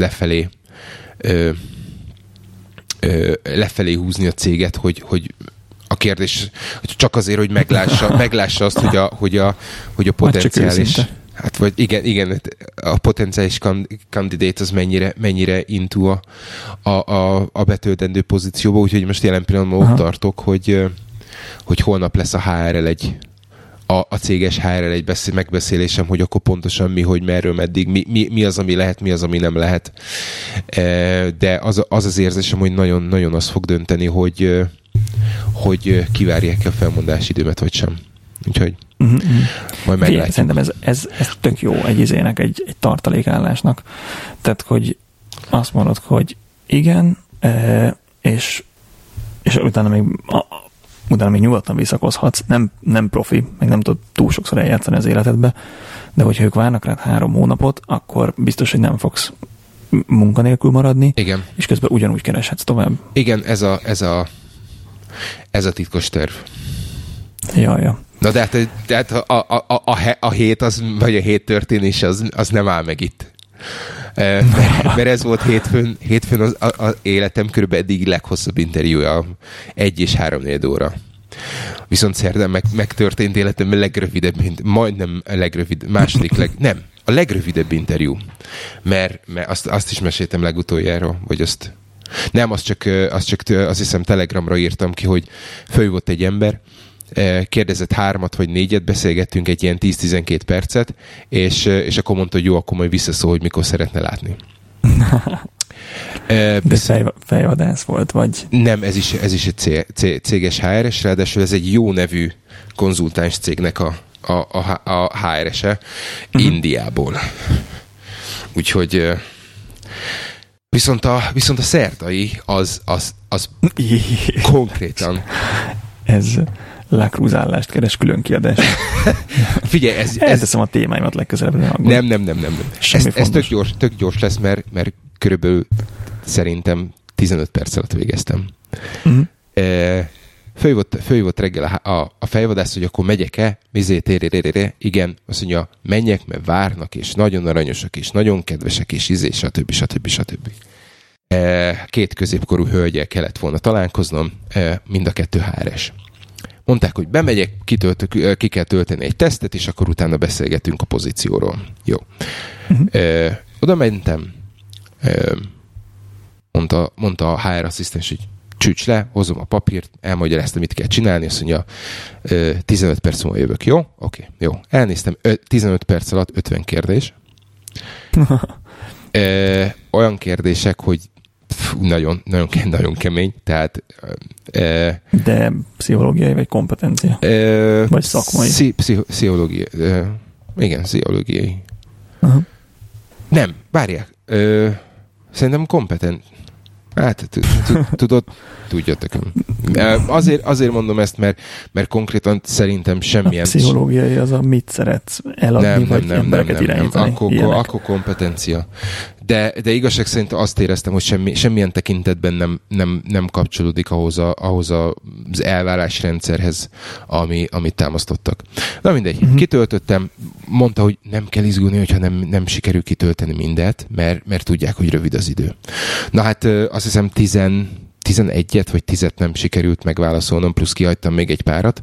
lefelé húzni a céget, hogy a kérdés csak azért, hogy meglássa azt, hogy a potenciális... Hát vagy igen, a potenciális kandidát az mennyire into a betöltendő pozícióba, úgyhogy most jelen pillanatban ott tartok, hogy holnap lesz a HR-rel a céges HR-rel egy megbeszélésem, hogy akkor pontosan mi, hogy merről, meddig, mi az, ami lehet, mi az, ami nem lehet. De az érzésem, hogy nagyon az fog dönteni, hogy kivárják-e a felmondási időmet, vagy sem. Úgyhogy majd meglátjuk. Szerintem ez tök jó egy tartalékállásnak. Tehát, hogy azt mondod, hogy igen, és utána még nyugodtan visszakozhatsz. Nem profi, meg nem tudod túl sokszor eljátszani az életedbe, de hogyha ők várnak rád 3 hónapot, akkor biztos, hogy nem fogsz munkanélkül maradni, igen. És közben ugyanúgy kereshetsz tovább. Igen, ez a titkos terv. Ja. Na de hát a hét vagy a hét történés az nem áll meg itt. Mert ez volt hétfőn az életem körülbelül eddig leghosszabb interjúja, 1 és 3-4 óra. Viszont szerdán megtörtént életem legrövidebb, majdnem a legrövidebb interjú. Mert azt is meséltem legutoljára, vagy azt... Nem, azt hiszem Telegramra írtam ki, hogy följött egy ember, kérdezett 3 vagy 4, beszélgettünk egy ilyen 10-12 percet, és akkor mondta, hogy jó, akkor majd visszaszól, hogy mikor szeretne látni. De fejvadász volt, vagy? Nem, ez is egy céges HR-es, ráadásul ez egy jó nevű konzultáns cégnek a HR-ese Indiából. Úgyhogy viszont a szerdai az konkrétan ez lákrúzállást keres külön kiadás. Figyelj, ez teszem a témáimat legközelebb. Nem. Ez tök gyors lesz, mert körülbelül szerintem 15 perc alatt végeztem. Följött reggel a fejvadász, hogy akkor megyek-e? Igen, azt mondja, menjek, mert várnak, és nagyon aranyosak, és nagyon kedvesek, és stb. 2 középkorú hölgyel kellett volna találkoznom, mind a 2 HR-es. Mondták, hogy bemegyek, ki kell tölteni egy tesztet, és akkor utána beszélgetünk a pozícióról. Jó. Oda mentem, mondta a HR asszisztens, hogy csücs le, hozom a papírt, elmagyaráztam, mit kell csinálni, azt mondja, 15 perc múlva jövök, jó? Oké, jó. Elnéztem, 15 perc alatt 50 kérdés. Olyan kérdések, hogy nagyon kemény, tehát... De pszichológiai vagy kompetencia? Vagy szakmai? Pszichológiai. Igen, pszichológiai. Nem, várják. Szerintem kompetent. Hát, tudjátok. Azért mondom ezt, mert konkrétan szerintem semmilyen... A pszichológiai az mit szeretsz eladni, vagy embereket irányítani. Akkor kompetencia. De igazság szerint azt éreztem, hogy semmilyen tekintetben nem kapcsolódik ahhoz az elvárásrendszerhez, amit támasztottak. Na mindegy, kitöltöttem, mondta, hogy nem kell izgulni, hogyha nem sikerül kitölteni mindet, mert tudják, hogy rövid az idő. Na hát azt hiszem 11 vagy 10 nem sikerült megválaszolnom, plusz kihagytam még egy párat.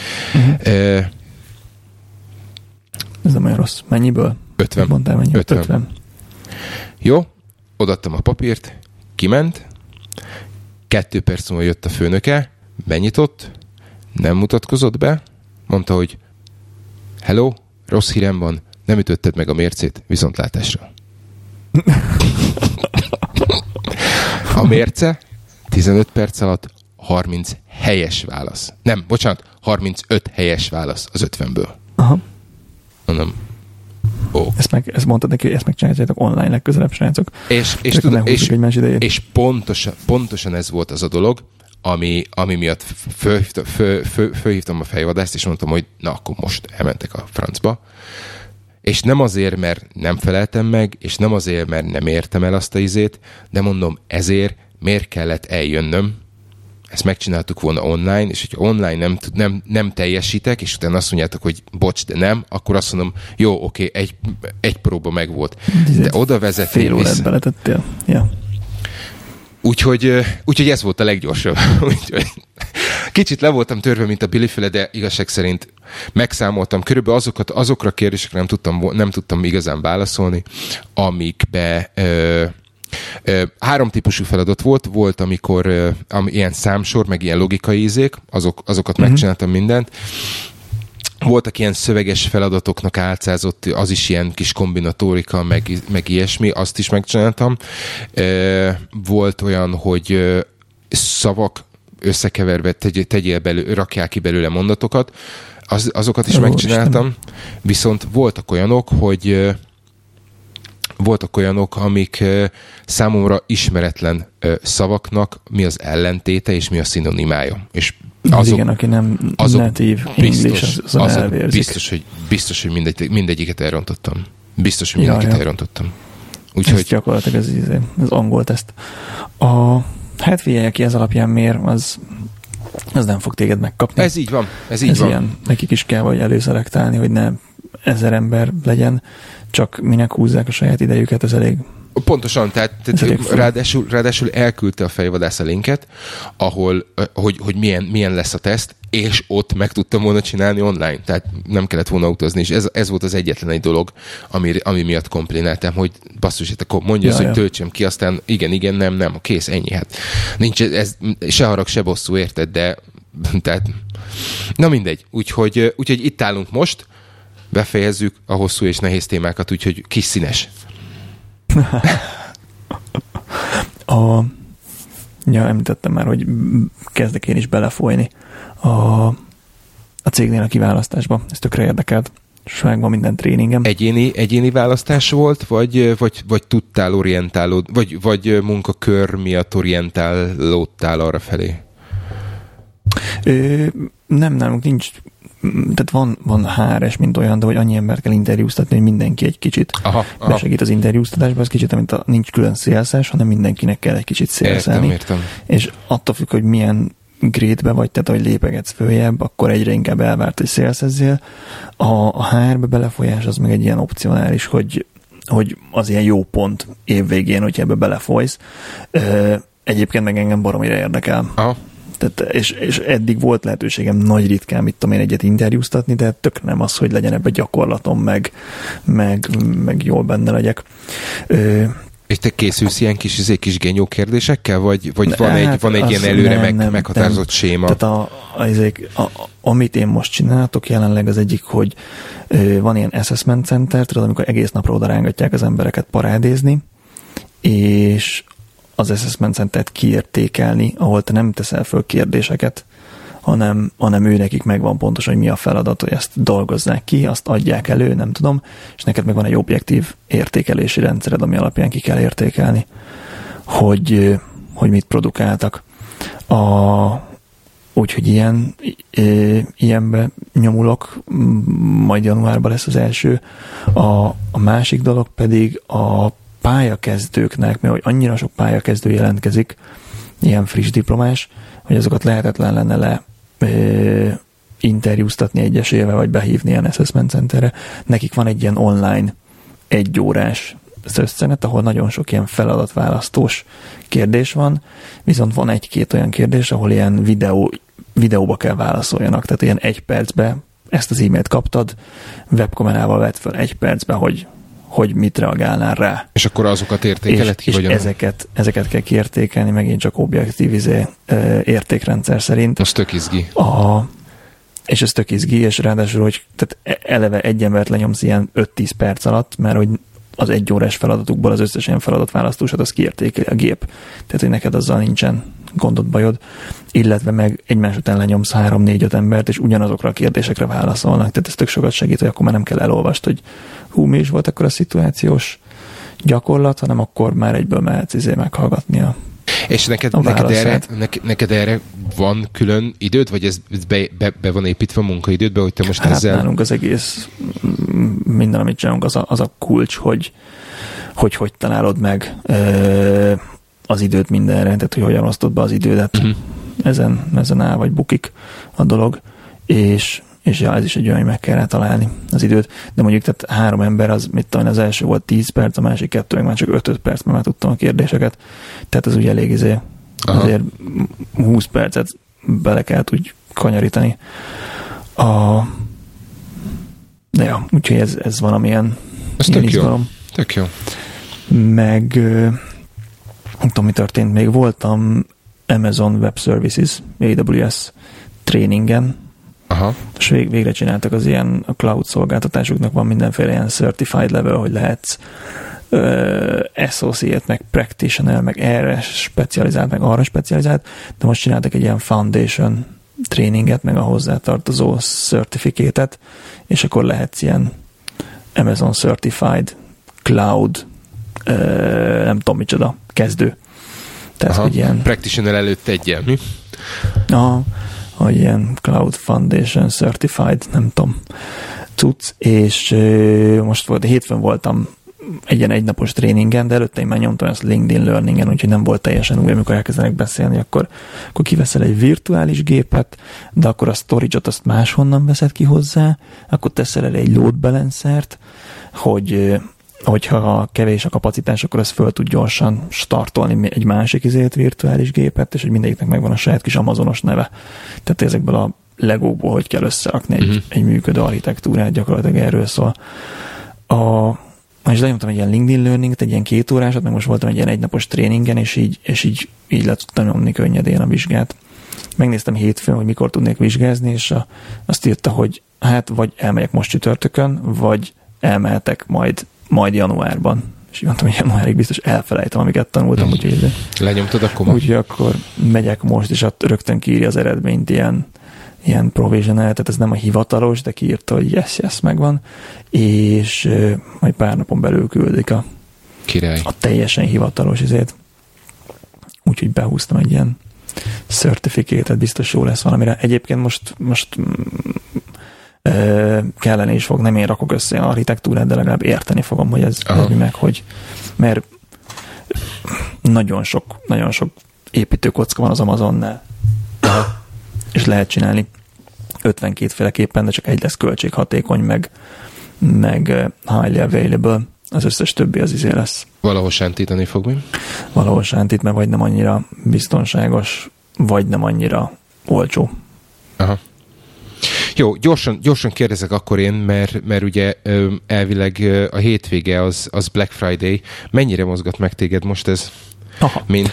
Ez nem olyan rossz. Mennyiből? 50. Mondtál, mennyi? 50. Jó, odaadtam a papírt, kiment, 2 perc múlva jött a főnöke, benyitott, nem mutatkozott be, mondta, hogy hello, rossz hírem van, nem ütötted meg a mércét, viszontlátásra. A mérce 15 perc alatt 30 helyes válasz. Nem, bocsánat, 35 helyes válasz az 50-ből. Aha. Mondom, ezt mondtad neki, hogy ezt megcsináljátok online legközelebb, srácok. És pontosan ez volt az a dolog, ami miatt fölhívtam a fejvadászt, és mondtam, hogy na, akkor most elmentek a francba. És nem azért, mert nem feleltem meg, és nem azért, mert nem értem el azt a izét, de mondom, ezért miért kellett eljönnöm. Ezt megcsináltuk volna online, és hogyha online nem teljesítek, és utána azt mondjátok, hogy bocs, de nem, akkor azt mondom, jó, oké, egy próba meg volt. De oda vezetnél fél órát beletettél. Ja. Úgyhogy ez volt a leggyorsabb. Kicsit le voltam törve, mint a biliféle, de igazság szerint megszámoltam. Körülbelül azokra a kérdésekre nem tudtam igazán válaszolni, amikbe 3 típusú feladat volt, amikor ilyen számsor, meg ilyen logikai ízék, azokat megcsináltam mindent. Voltak ilyen szöveges feladatoknak álcázott, az is ilyen kis kombinatórika, meg ilyesmi, azt is megcsináltam. Volt olyan, hogy szavak összekeverve rakják ki belőle mondatokat, azokat is megcsináltam. Viszont voltak olyanok, amik számomra ismeretlen szavaknak mi az ellentéte és mi a szinonimája. És igen, aki nem natív English, azon elvérzik. Biztos, hogy mindegyiket elrontottam. Elrontottam. Úgyhogy... Ez gyakorlatilag az angol teszt. Hát figyelj, aki ez alapján mér, az nem fog téged megkapni. Ez így van. Ez ilyen. Nekik is kell vagy előszelektálni, hogy ne 1000 ember legyen, csak minek húzzák a saját idejüket, ez elég. Pontosan, tehát ráadásul elküldte a fejvadász a linket, ahol, hogy milyen lesz a teszt, és ott meg tudtam volna csinálni online, tehát nem kellett volna utazni, és ez volt az egyetlen egy dolog, ami miatt komplináltam, hogy basszus, akkor mondja azt, hogy töltsem ki, aztán igen, nem, kész, ennyi, hát nincs, ez se harag, se bosszú, érted, de tehát, na mindegy, úgyhogy itt állunk most, befejezzük a hosszú és nehéz témákat, úgyhogy kis színes. Említettem már, hogy kezdek én is belefolyni a cégnél a kiválasztásba. Ez tökre érdekelt. És megvan minden tréningem. Egyéni választás volt, vagy tudtál orientálódni, vagy munkakör miatt orientálódtál arra felé? Nem, nálunk nincs. Tehát van HRS, mint olyan, de hogy annyi embert kell interjúztatni, hogy mindenki egy kicsit besegít az interjúztatásba, az kicsit, mint nincs külön szélszes, hanem mindenkinek kell egy kicsit szélszelni. Értem. És attól függ, hogy milyen grade-be vagy, tehát ahogy lépegetsz följebb, akkor egyre inkább elvárt, hogy szélszezzél. A HR-be belefolyás az meg egy ilyen opcionális, hogy az ilyen jó pont évvégén, hogyha ebbe belefolysz. Egyébként meg engem baromira érdekel. Aha. Tehát, és eddig volt lehetőségem nagy ritkán, mit tudom én, egyet interjúztatni, de tök nem az, hogy legyen ebbe gyakorlatom, meg jól benne legyek. És te készülsz ilyen kis genyó kérdésekkel, vagy van egy ilyen előre meghatározott séma? Tehát amit én most csináltok jelenleg az egyik, hogy van ilyen assessment center, tudod, amikor egész napra oda rángatják az embereket parádézni, és az assessment centert kiértékelni, ahol te nem teszel föl kérdéseket, hanem ő nekik megvan pontosan, hogy mi a feladat, hogy ezt dolgozzák ki, azt adják elő, nem tudom, és neked meg van egy objektív értékelési rendszered, ami alapján ki kell értékelni, hogy mit produkáltak. Úgyhogy ilyenbe nyomulok, majd januárban lesz az első. A másik dolog pedig a pályakezdőknek, mert hogy annyira sok pályakezdő jelentkezik, ilyen friss diplomás, hogy azokat lehetetlen lenne interjúztatni egyesével, vagy behívni ilyen assessment centerre. Nekik van egy ilyen online 1 órás összenet, ahol nagyon sok ilyen feladatválasztós kérdés van, viszont van 1-2 olyan kérdés, ahol ilyen videóba kell válaszoljanak, tehát ilyen 1 percbe ezt az e-mailt kaptad, webkamerával vett fel 1 percbe, hogy mit reagálnál rá. És akkor azokat értékeled ki? És ezeket kell kiértékelni, megint csak objektív értékrendszer szerint. Az tök izgi. És ez tök izgi, és ráadásul, hogy tehát eleve egy embert lenyomsz ilyen 5-10 perc alatt, mert hogy az 1 órás feladatukból az összes ilyen feladatválasztósat az kiértékeli a gép. Tehát, hogy neked azzal nincsen gondod, bajod, illetve meg egymás után lenyomsz 3-4-5 embert, és ugyanazokra a kérdésekre válaszolnak. Tehát ez tök sokat segít, hogy akkor már nem kell elolvast, hogy mi is volt akkor a szituációs gyakorlat, hanem akkor már egyből mehetsz meghallgatni a És neked erre van külön időd, vagy ez be van építve a munkaidődbe, hogy te most hát ezzel... nálunk az egész minden, amit csinálunk, az a kulcs, hogy találod meg az időt mindenre, tehát hogy hogyan osztod be az idődet. Ezen áll vagy bukik a dolog, és ja, ez is egy olyan, hogy meg kell találni az időt. De mondjuk, tehát 3 ember, az mit tudom, az első volt 10 perc, a másik 2 meg már csak 5 perc, mert már tudtam a kérdéseket. Tehát az ugye elég azért 20 percet bele kell úgy kanyarítani. De ja, úgyhogy ez valamilyen izgalom. Tök jó. Meg nem tudom, mi történt. Még voltam Amazon Web Services, AWS tréningen. Aha. És végre csináltak az ilyen a cloud szolgáltatásoknak, van mindenféle ilyen certified level, hogy lehetsz associate, meg practitioner, meg erre specializált, meg arra specializált, de most csináltak egy ilyen foundation tréninget, meg a hozzátartozó certificate-et, és akkor lehetsz ilyen Amazon Certified Cloud nem tudom micsoda, kezdő. Tehát, hogy ilyen... Practitioner előtt egyen, mi? Hogy ilyen Cloud Foundation Certified, nem tudom, cucc, és most hétfőn voltam egy ilyen egynapos tréningen, de előtte én már nyomtam ezt LinkedIn Learningen, úgyhogy nem volt teljesen új, amikor elkezdenek beszélni, akkor kiveszel egy virtuális gépet, de akkor a storage-ot azt máshonnan veszed ki hozzá, akkor teszel el egy load balancert, hogyha kevés a kapacitás, akkor az föl tud gyorsan startolni egy másik virtuális gépet, és hogy mindegyiknek megvan a saját kis Amazonos neve. Tehát ezekből a legókból hogy kell összerakni egy működő architektúrát, gyakorlatilag erről szól. És lenyomtam egy ilyen LinkedIn Learning-t, egy ilyen 2 órásat, meg most voltam egy ilyen egynapos tréningen, és így le tudtam nyomni könnyedén a vizsgát. Megnéztem hétfőn, hogy mikor tudnék vizsgázni, és azt írta, hogy hát vagy elmegyek most csütörtökön, vagy elmehetek majd januárban. És mondtam, hogy januárig biztos elfelejtem, amiket tanultam. Úgyhogy lenyomtad akkor? Úgyhogy akkor megyek most, és ott rögtön kiírja az eredményt ilyen provisional, tehát ez nem a hivatalos, de kiírta, hogy yes, megvan, és majd pár napon belül küldik a teljesen hivatalos izét. Úgyhogy behúztam egy ilyen certificate-et, biztos jó lesz valamire. Egyébként most kellene is fog, nem én rakok össze a architektúrát, de legalább érteni fogom, hogy ez meg, mert nagyon sok építőkocka van az Amazonnál. És lehet csinálni 52 féleképpen, de csak egy lesz költséghatékony, meg highly available, az összes többi az izé lesz. Valahol sántítani fog mi? Valahol sántít, mert vagy nem annyira biztonságos, vagy nem annyira olcsó. Aha. Jó, gyorsan kérdezek akkor én, mert ugye elvileg a hétvége az Black Friday. Mennyire mozgat meg téged most ez? Aha. Mint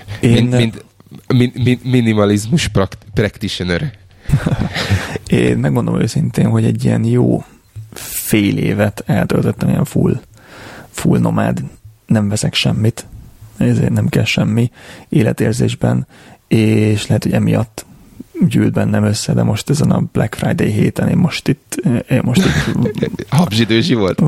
minimalizmus practitioner. Én megmondom őszintén, hogy egy ilyen jó fél évet eltöltöttem ilyen full nomád, nem veszek semmit, ezért nem kell semmi életérzésben, és lehet, hogy emiatt gyűlt bennem össze, de most ezen a Black Friday héten én most itt habzsidőzsi volt.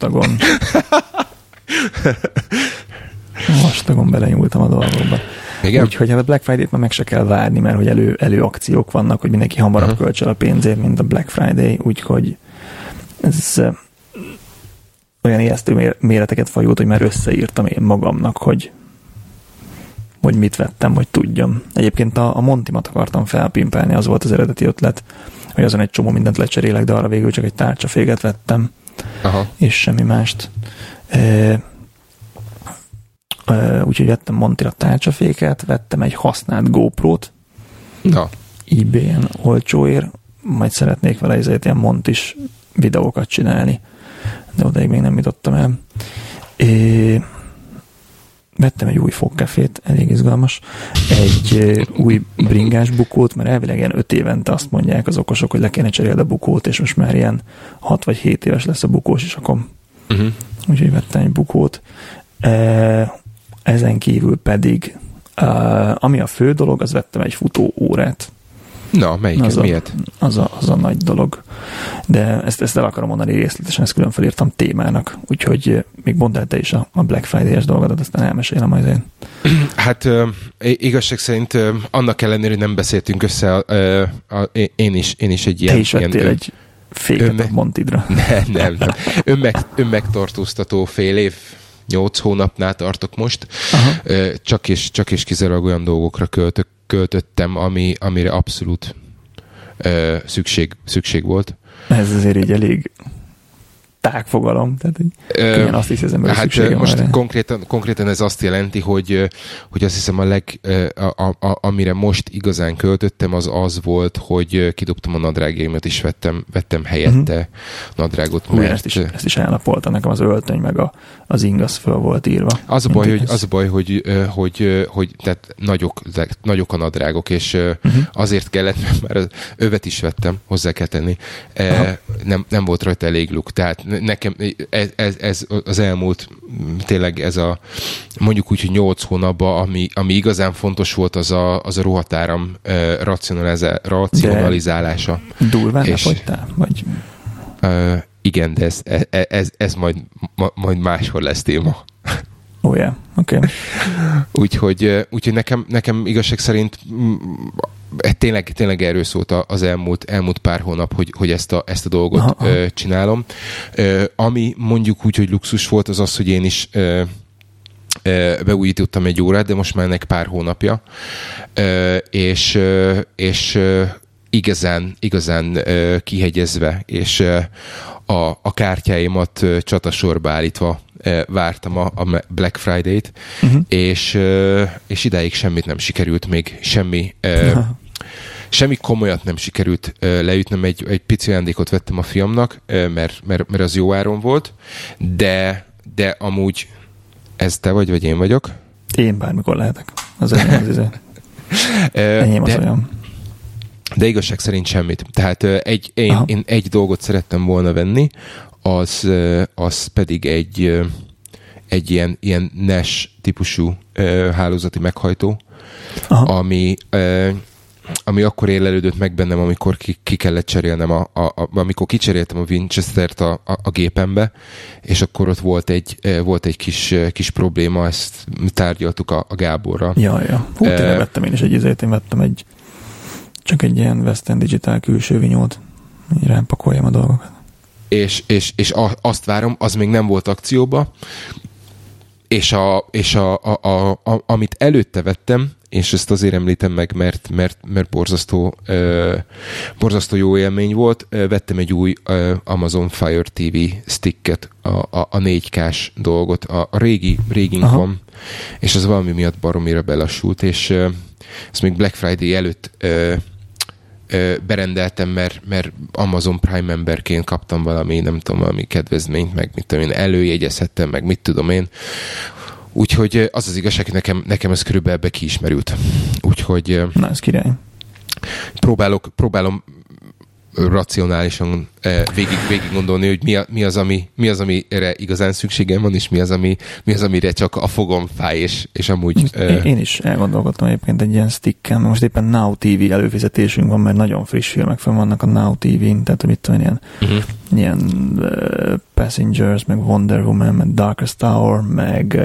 Vastagon belenyúltam a dolgokba. Igen? Úgyhogy hát a Black Friday-t már meg se kell várni, mert hogy elő akciók vannak, hogy mindenki hamarabb költs el a pénzért, mint a Black Friday, úgyhogy ez olyan ijesztő méreteket fajult, hogy már összeírtam én magamnak, hogy mit vettem, hogy tudjam. Egyébként a Montimat akartam felpimpelni, az volt az eredeti ötlet, hogy azon egy csomó mindent lecserélek, de arra végül csak egy tárcsaféket vettem, és semmi mást. Úgyhogy vettem Montira tárcsaféket, vettem egy használt GoPro-t, eBay-en olcsóért, majd szeretnék vele ezért ilyen Montis videókat csinálni, de odaig még nem jutottam el. Vettem egy új fogkefét, elég izgalmas, egy új bringás bukót, mert elvileg ilyen 5 évente azt mondják az okosok, hogy le kéne cserélni a bukót, és most már ilyen 6 vagy 7 éves lesz a bukós isakom. Úgyhogy vettem egy bukót. Ezen kívül pedig, ami a fő dolog, az vettem egy futóórát. Na, melyik? Miért? Az a nagy dolog. De ezt el akarom mondani részletesen, ezt külön felírtam témának, úgyhogy még mondd el te is a Black Friday-es dolgodat, aztán elmesélem majd én. Hát igazság szerint annak ellenére, hogy nem beszéltünk össze, én is egy ilyen... Te is vettél egy féket a Montidra. Nem. Önmegtartóztató fél év, 8 hónapnál tartok most. Csak és kizárólag olyan dolgokra költöttem, amire abszolút szükség volt. Ez azért így elég tágfogalom, tehát könnyen azt hisz, hogy szüksége most van konkrétan ez azt jelenti, hogy azt hiszem amire most igazán költöttem, az volt, hogy kidobtam a nadrágjaimat, és vettem helyette nadrágot. Mert... Ezt is elnapolta nekem az öltöny, meg az ingaz föl volt írva. Az a baj, hogy tehát nagyok a nadrágok, és azért kellett, mert már az övet is vettem, hozzá kell tenni. Nem volt rajta elég luk, tehát nekem ez az elmúlt, tényleg ez a mondjuk úgy, hogy 8 hónapban, ami igazán fontos volt, az a rohadt áram racionalizálása. Durván lefogytál? Vagy... Igen, de ez majd máshol lesz téma. Oh yeah, oké. Úgyhogy nekem igazság szerint tényleg erről szólt az elmúlt pár hónap, hogy ezt a dolgot csinálom. Ami mondjuk úgy, hogy luxus volt, az, hogy én is beújítottam egy órát, de most már ennek pár hónapja. És igazán kihegyezve, és a kártyáimat csatasorba állítva vártam a Black Friday-t, és idáig semmit nem sikerült még, semmi komolyat nem sikerült leütnem. Egy pici ajándékot vettem a fiamnak, mert az jó áron volt, de amúgy ez te vagy én vagyok? Én bármikor lehetek. Az enyém az olyan. De igazság szerint semmit. Tehát én egy dolgot szerettem volna venni, az pedig egy ilyen NAS típusú hálózati meghajtó, ami akkor élelődött meg bennem, amikor ki kellett cserélnem, amikor kicseréltem a Winchester-t a gépembe, és akkor ott volt egy kis probléma, ezt tárgyaltuk a Gáborral. Ja. Tényleg vettem én is én vettem csak egy ilyen Western Digital külső vinyót, így rámpakoljam a dolgokat. És azt várom, az még nem volt akcióba, és amit előtte vettem, és ezt azért említem meg, mert borzasztó jó élmény volt, vettem egy új Amazon Fire TV sticket, a 4K-s dolgot, a régi van, és az valami miatt baromira belassult, és ezt még Black Friday előtt berendeltem, mert Amazon Prime memberként kaptam valami kedvezményt, meg mit tudom én, előjegyezhettem, meg mit tudom én. Úgyhogy az igazság, hogy nekem ez körülbelül be kiismerült. Úgyhogy... Na, ez király. Próbálom racionálisan végig gondolni, hogy mi az, amire igazán szükségem van, és mi az, amire csak a fogom fáj, és amúgy... Én is elgondolkodtam egyébként egy ilyen sticken, most éppen Now TV előfizetésünk van, mert nagyon friss filmek fenn vannak a Now TV-n, tehát mit tudom, ilyen Passengers, meg Wonder Woman, meg Darkest Tower, meg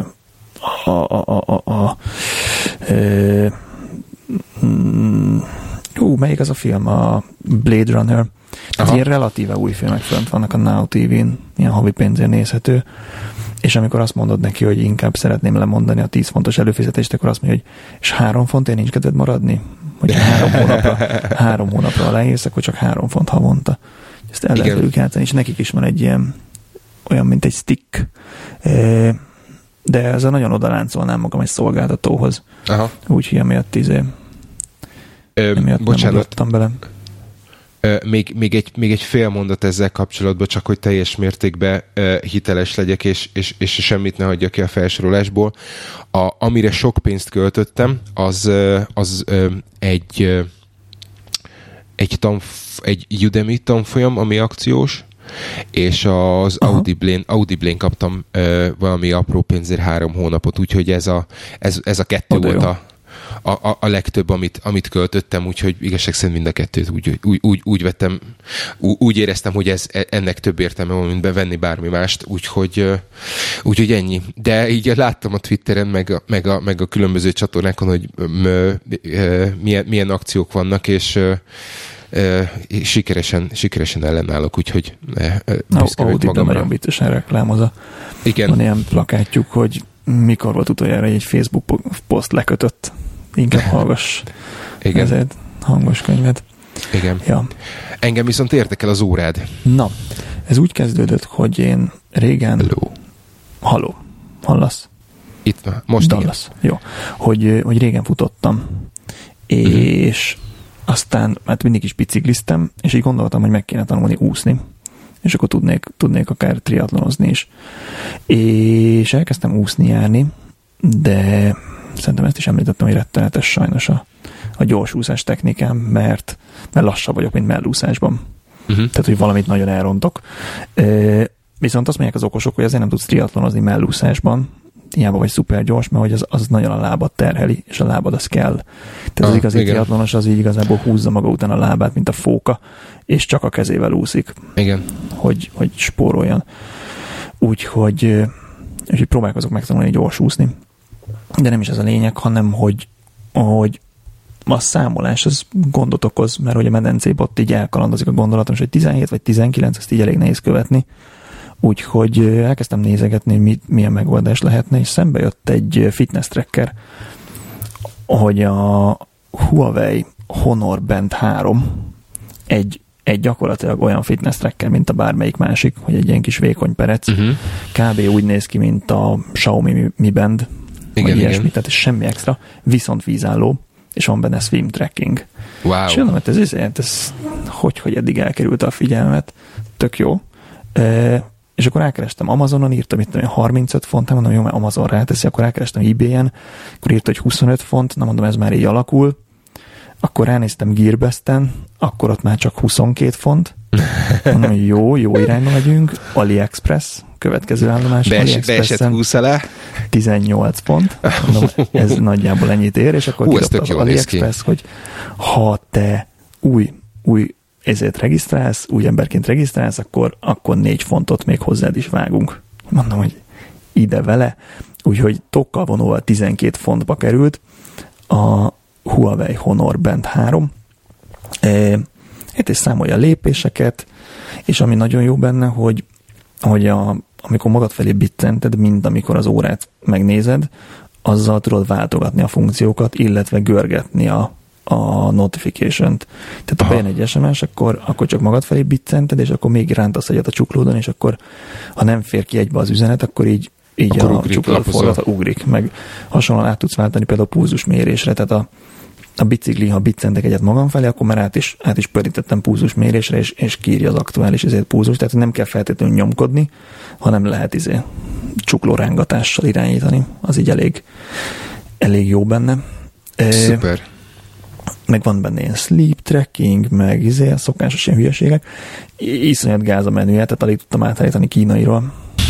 melyik az a film? A Blade Runner. Tehát ilyen relatíve új filmek fönt vannak a Now TV-n, ilyen havi pénzért nézhető, és amikor azt mondod neki, hogy inkább szeretném lemondani a 10 fontos előfizetést, akkor azt mondja, hogy és 3 fontért nincs kedved maradni? Hogy 3 hónapra aláírsz, akkor csak 3 font havonta. Ezt el lehet velük játszani, és nekik is van egy ilyen, olyan, mint egy stick, de ezzel nagyon odaláncolnám magam egy szolgáltatóhoz. Úgyhogy emiatt bocsánat, nem bele. Még egy fél mondat ezzel kapcsolatban, csak hogy teljes mértékben hiteles legyek, és semmit ne hagyjak ki a felsorolásból. Amire sok pénzt költöttem, az egy Udemy tanfolyam, ami akciós, és az Audible-n kaptam valami apró pénzért 3 hónapot, úgyhogy ez a kettő volt a legtöbb, amit költöttem, úgyhogy igazság szerint mind a kettőt úgy vettem, úgy éreztem, hogy ennek több értelme van, mint bevenni bármi mást, úgyhogy ennyi. De így láttam a Twitteren, meg a különböző csatornákon, hogy milyen akciók vannak, és sikeresen ellenállok, úgyhogy büszke vagyok magamra. Nagyon viccesen reklámozza. Igen. Van ilyen plakátjuk, hogy mikor volt utoljára egy Facebook poszt lekötött. Inkább hallgass ezért hangos könyvet. Igen. Ja. Engem viszont érdekel az órád. Na, ez úgy kezdődött, hogy én régen... Halló. Hallasz? Itt van. Most Dallas. Jó. Hogy régen futottam. És aztán hát mindig is bicikliztem, és így gondoltam, hogy meg kéne tanulni úszni. És akkor tudnék akár triatlonozni is. És elkezdtem úszni járni, de szerintem ezt is említettem, hogy rettenetes sajnos a gyorsúszás technikám, mert lassabb vagyok, mint mellúszásban. Tehát, hogy valamit nagyon elrontok. Viszont azt mondják az okosok, hogy azért nem tudsz triatlonozni mellúszásban, hiába vagy szuper gyors, mert hogy az nagyon a lábad terheli, és a lábad az kell. Tehát az igazi triatlonos az így igazából húzza maga után a lábát, mint a fóka, és csak a kezével úszik. Igen. Hogy spóroljon. Úgyhogy próbálkozok megtanulni gyors úszni. De nem is ez a lényeg, hanem hogy a számolás az gondot okoz, mert hogy a medencében ott így elkalandozik a gondolatom, és hogy 17 vagy 19, azt így elég nehéz követni. Úgyhogy elkezdtem nézegetni, milyen megoldás lehetne, és szembe jött egy fitness tracker, hogy a Huawei Honor Band 3 egy gyakorlatilag olyan fitness tracker, mint a bármelyik másik, hogy egy ilyen kis vékony perec. Kb. Úgy néz ki, mint a Xiaomi Mi Band, vagy ilyesmi, tehát semmi extra, viszont vízálló, és van benne swim tracking. Wow. És mondom, hogy ez hogy eddig elkerült a figyelmet, tök jó. És akkor elkerestem Amazonon, írtam itt 35 font, mondom, jó, mert Amazon ráteszi, akkor elkerestem eBay-en, akkor írta, hogy 25 font, na mondom, ez már így alakul. Akkor ránéztem Gearbest-en, akkor ott már csak 22 font. Mondom, hogy jó irányba megyünk. AliExpress, következő állomás. Beesett 20 alá. 18 font. Mondom, ez nagyjából ennyit ér, és akkor kidobta az AliExpress, hogy ha te új ezért regisztrálsz, új emberként regisztrálsz, akkor 4 fontot még hozzád is vágunk. Mondom, hogy ide vele. Úgyhogy tokkal vonóval 12 fontba került a Huawei Honor Band 3. És számolja a lépéseket, és ami nagyon jó benne, hogy amikor magad felé biccented, mint amikor az órát megnézed, azzal tudod váltogatni a funkciókat, illetve görgetni a notification-t. Tehát ha bejön egy SMS, akkor csak magad felé biccented, és akkor még rántasz egyet a csuklódon, és akkor ha nem fér ki egybe az üzenet, akkor így a csuklód forgata ugrik. Meg hasonlóan át tudsz váltani például pulzusmérésre, tehát a bicikli, ha biccentek egyet magam felé, akkor már át is pörítettem pulzusmérésre, és kiírja az aktuális pulzus, tehát nem kell feltétlenül nyomkodni, hanem lehet csuklórángatással irányítani. Az így elég jó benne. Szuper. Meg van benne ilyen sleep tracking, meg szokásos ilyen hülyeségek. Iszonyat gáz a menüje, tehát alig tudtam átállítani kínairól.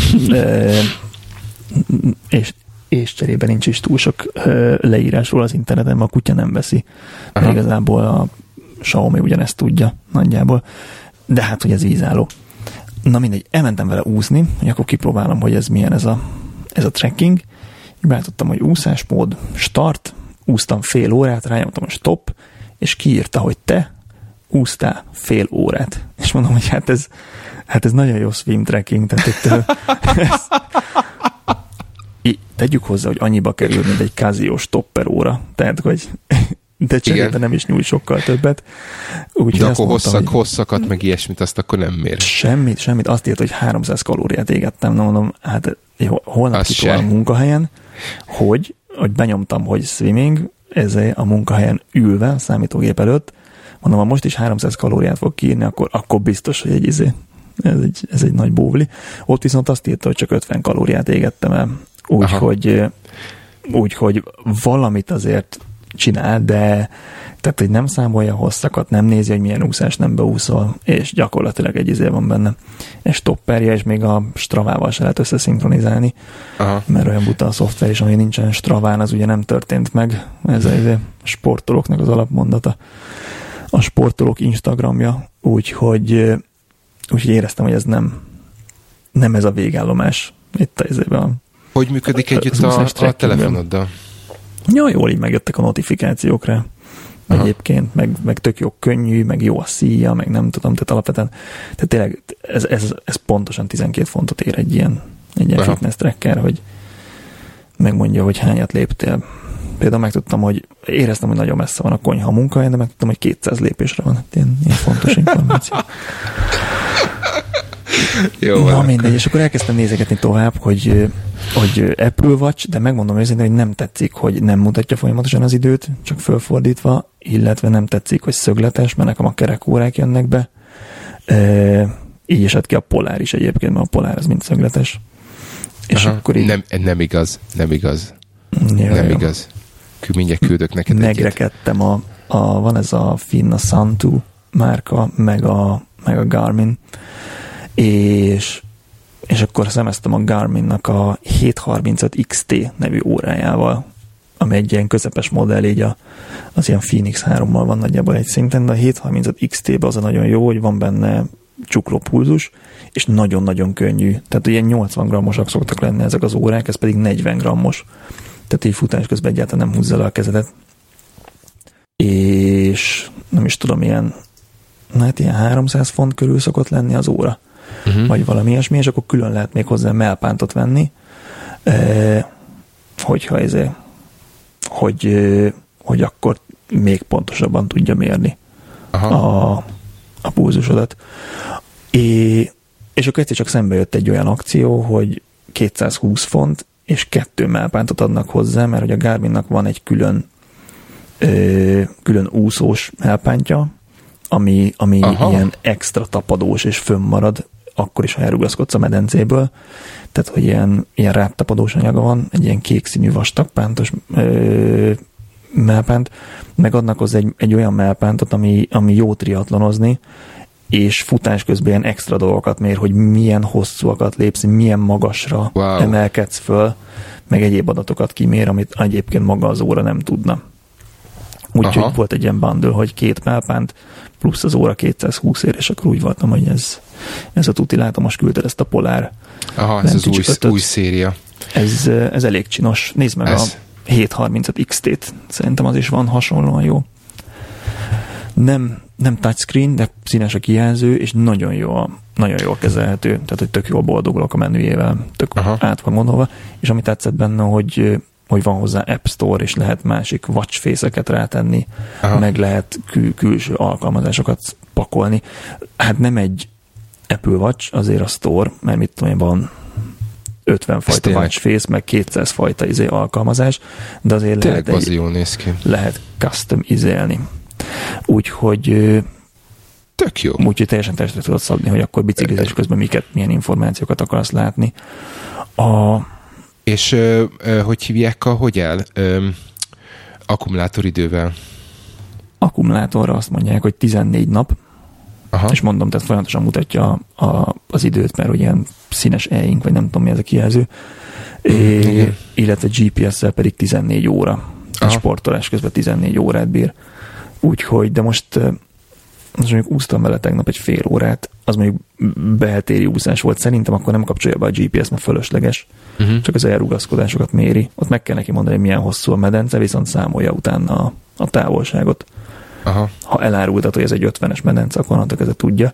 És cserében nincs is túl sok leírásról az interneten, mert a kutya nem veszi. De igazából a Xiaomi ugyanezt tudja nagyjából. De hát, hogy ez vízálló. Na mindegy, elmentem vele úszni, hogy akkor kipróbálom, hogy ez milyen ez a tracking. Beállítottam, hogy úszásmód, start, úsztam fél órát, rányomtam a stop, és kiírta, hogy te úsztál fél órát. És mondom, hogy hát ez nagyon jó swim tracking, tehát tegyük hozzá, hogy annyiba kerül, mint egy Casio stopper óra. Tehát, hogy de cserébe nem is nyújt sokkal többet. De akkor hosszakat, meg ilyesmit, azt akkor nem mér. Semmit. Azt írt, hogy 300 kalóriát égettem. Na mondom, hát holnap kitolom a munkahelyen, hogy benyomtam, hogy swimming, ez a munkahelyen ülve, a számítógép előtt, mondom, ha most is 300 kalóriát fog kiírni, akkor biztos, hogy ez egy nagy bóvli. Ott viszont azt írta, hogy csak 50 kalóriát égettem el. Úgyhogy valamit azért csinál, de tehát, hogy nem számolja hosszakat, nem nézi, hogy milyen úszás nem beúszol, és gyakorlatilag egy izé van benne. És stopperje, és még a Stravával se lehet összeszinkronizálni, mert olyan buta a szoftver, és ami nincsen Straván, az ugye nem történt meg. Ez a sportolóknak az alapmondata. A sportolók Instagramja, úgyhogy éreztem, hogy ez nem ez a végállomás itt ezében. Hogy működik együtt a telefonoddal? Ja, jól így megjöttek a notifikációk rá. Egyébként, meg tök jó, könnyű, meg jó a szíja, meg nem tudom, tehát alapvetően, tehát tényleg ez pontosan 12 fontot ér egy ilyen fitness tracker, hogy megmondja, hogy hányat léptél. Például megtudtam, hogy éreztem, hogy nagyon messze van a konyha a munkahely, de megtudtam, hogy 200 lépésre van. Ilyen fontos információ. Jó, na mindegy, és akkor elkezdtem nézegetni tovább, hogy Apple Watch, de megmondom őszintén, hogy nem tetszik, hogy nem mutatja folyamatosan az időt, csak fölfordítva, illetve nem tetszik, hogy szögletes, mert nekem a kerekórák jönnek be. Így esett ki a Polar is egyébként, mert a Polar az mind szögletes. És akkor így... Nem igaz. Jó. Igaz. Mindjárt küldök neked megrekedtem van ez a Finn, a Sun2 márka, meg a Garmin, és akkor szemeztem a Garminnak a 735 XT nevű órájával, ami egy ilyen közepes modell, így az ilyen Phoenix 3-mal van nagyjából egy szinten, de a 735 XT-ben az a nagyon jó, hogy van benne csuklópulzus, és nagyon-nagyon könnyű. Tehát ilyen 80 grammosak szoktak lenni ezek az órák, ez pedig 40 grammos. Tehát így futás közben egyáltalán nem húzza le a kezedet. És nem is tudom, ilyen 300 font körül szokott lenni az óra. Vagy valami ilyesmi, és akkor külön lehet még hozzá mellpántot venni, hogy akkor még pontosabban tudja mérni a pulzusodat. És akkor egyszer csak szembe jött egy olyan akció, hogy 220 font, és 2 mellpántot adnak hozzá, mert hogy a Garminnak van egy külön úszós mellpántja, ami ilyen extra tapadós és fönnmarad, akkor is, ha elrugaszkodsz a medencéből. Tehát, hogy ilyen ráptapadós anyaga van, egy ilyen kék színű vastagpántos mellpánt, meg adnak hozzá egy olyan mellpántot, ami jó triatlonozni, és futás közben ilyen extra dolgokat mér, hogy milyen hosszúakat lépsz, milyen magasra emelkedsz föl, meg egyéb adatokat kimér, amit egyébként maga az óra nem tudna. Úgyhogy volt egy ilyen bundle, hogy 2 mellpánt plusz az óra 220 ér, és akkor úgy voltam, hogy ez a tuti, látom, most küldted ezt a Polar. Ez az új széria. Ez elég csinos. Nézd meg a 735 XT-t. Szerintem az is van hasonlóan jó. Nem touchscreen, de színes a kijelző, és nagyon jól kezelhető. Tehát, hogy tök jól boldogulok a menüjével. Tök át van gondolva. És ami tetszett benne, hogy van hozzá App Store, és lehet másik watch face-eket rátenni, meg lehet külső alkalmazásokat pakolni. Hát nem egy Apple Watch, azért a Store, mert mit tudom én, van 50 fajta watch face, meg 200 fajta alkalmazás, de azért lehet custom izélni. Úgyhogy tök jó. Úgyhogy teljesen testre tudod szabni, hogy akkor biciklizés közben milyen információkat akarsz látni. És hogy hívják hogy áll? Akkumulátoridővel? Akkumulátorra azt mondják, hogy 14 nap, és mondom, tehát folyamatosan mutatja az időt, mert ilyen színes e-ink, vagy nem tudom mi ez a kijelző, illetve GPS-szel pedig 14 óra. A sportolás közben 14 órát bír. Úgyhogy, de most mondjuk úsztam vele tegnap egy fél órát, az mondjuk beltéri úszás volt. Szerintem akkor nem kapcsolja be a GPS, mert fölösleges. Csak az elrugaszkodásokat méri. Ott meg kell neki mondani, hogy milyen hosszú a medence, viszont számolja utána a távolságot. Ha elárultat, hogy ez egy 50-es medence, akkor onnantól kezdve tudja.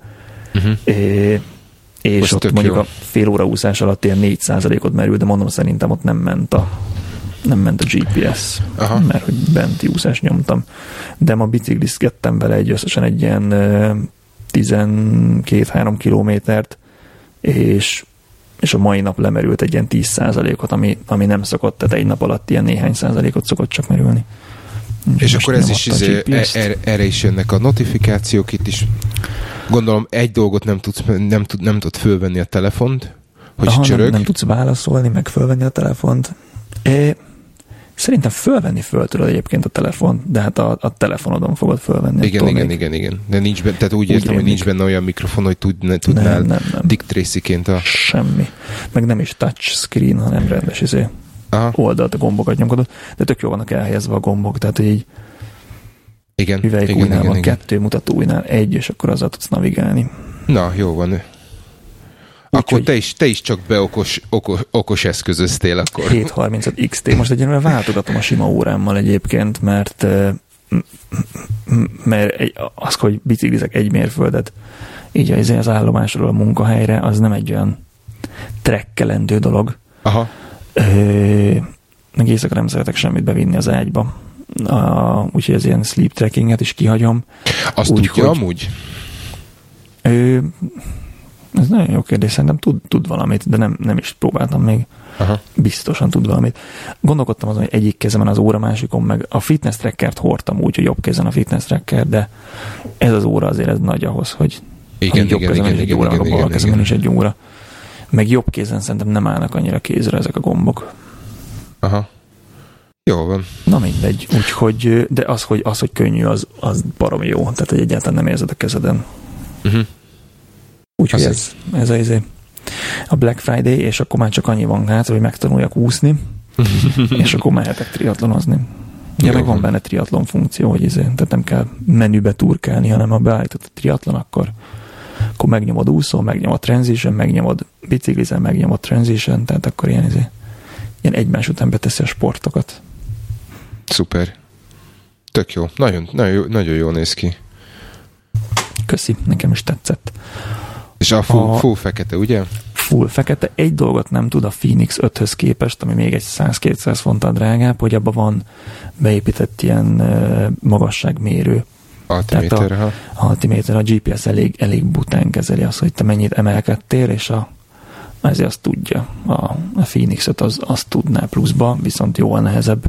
És most ott mondjuk a fél óra úszás alatt ilyen 4%-ot merül, de mondom, szerintem ott nem ment a GPS, mert hogy benti úszást nyomtam. De ma biciklizgettem vele összesen egy ilyen 12-3 kilométert, és a mai nap lemerült egy ilyen 10%-ot, ami nem szokott, tehát egy nap alatt ilyen néhány százalékot szokott csak merülni. És akkor ez is erre is jönnek a notifikációk, itt is gondolom egy dolgot nem tud fölvenni a telefont, hogy csörög. Nem tudsz válaszolni, meg fölvenni a telefont. Szerintem föl tudod egyébként a telefon, de hát a telefonodon fogod fölvenni. Igen. De nincs benne, tehát úgy értem, hogy nincs benne olyan mikrofon, hogy tudnál nem. Dick Tracy-ként Semmi. Meg nem is touch screen, hanem rendes oldalt a gombokat nyomkodod, de tök jó vannak elhelyezve a gombok, tehát így hüvelykújnál van 2, mutatóujjnál 1, és akkor azzal tudsz navigálni. Na, jó van. Akkor te is csak be okos eszközöztél akkor. 735 XT. Most egyenlően váltogatom a sima órámmal egyébként, mert az, hogy biciklizek 1 mérföldet így az állomásról a munkahelyre, az nem egy olyan trekkelendő dolog. Aha. Meg éjszaka nem szeretek semmit bevinni az ágyba. Úgyhogy ez ilyen sleep trackinget is kihagyom. Azt tudja amúgy? Ez nagyon jó kérdés, szerintem tud valamit, de nem is próbáltam még. Aha. Biztosan tud valamit. Gondolkodtam azon, hogy egyik kezemen az óra, másikon meg a fitness trackert hordtam úgy, hogy jobb kezen a fitness tracker, de ez az óra azért ez nagy ahhoz, hogy jobb kezemen is egy óra, a bal kezemen is egy óra. Meg jobb kézen szerintem nem állnak annyira kézre ezek a gombok. Aha. Jó van. Na mindegy. Úgyhogy, de az, hogy könnyű, az baromi jó. Tehát, hogy egyáltalán nem érzed a kezeden. Uh-huh. Úgyhogy ez a Black Friday, és akkor már csak annyi van hátra, hogy megtanuljak úszni, és akkor mehetek triatlonozni. Ja, meg van benne triatlon funkció, hogy tehát nem kell menübe turkálni, hanem ha beállítod a triatlon, akkor megnyomod úszó, megnyomod transition, megnyomod biciklizel, megnyomod transition, tehát akkor ilyen egymás után beteszi a sportokat. Szuper. Tök jó. Nagyon jól néz ki. Köszi, nekem is tetszett. És a full fekete, ugye? Full fekete. Egy dolgot nem tud a Phoenix 5-höz képest, ami még egy 100-200 fonttal drágább, hogy abban van beépített ilyen magasságmérő. Altiméter, a GPS elég bután kezeli azt, hogy te mennyit emelkedtél, és ezért azt tudja. A Phoenix 5 azt tudná pluszba, viszont jóval nehezebb.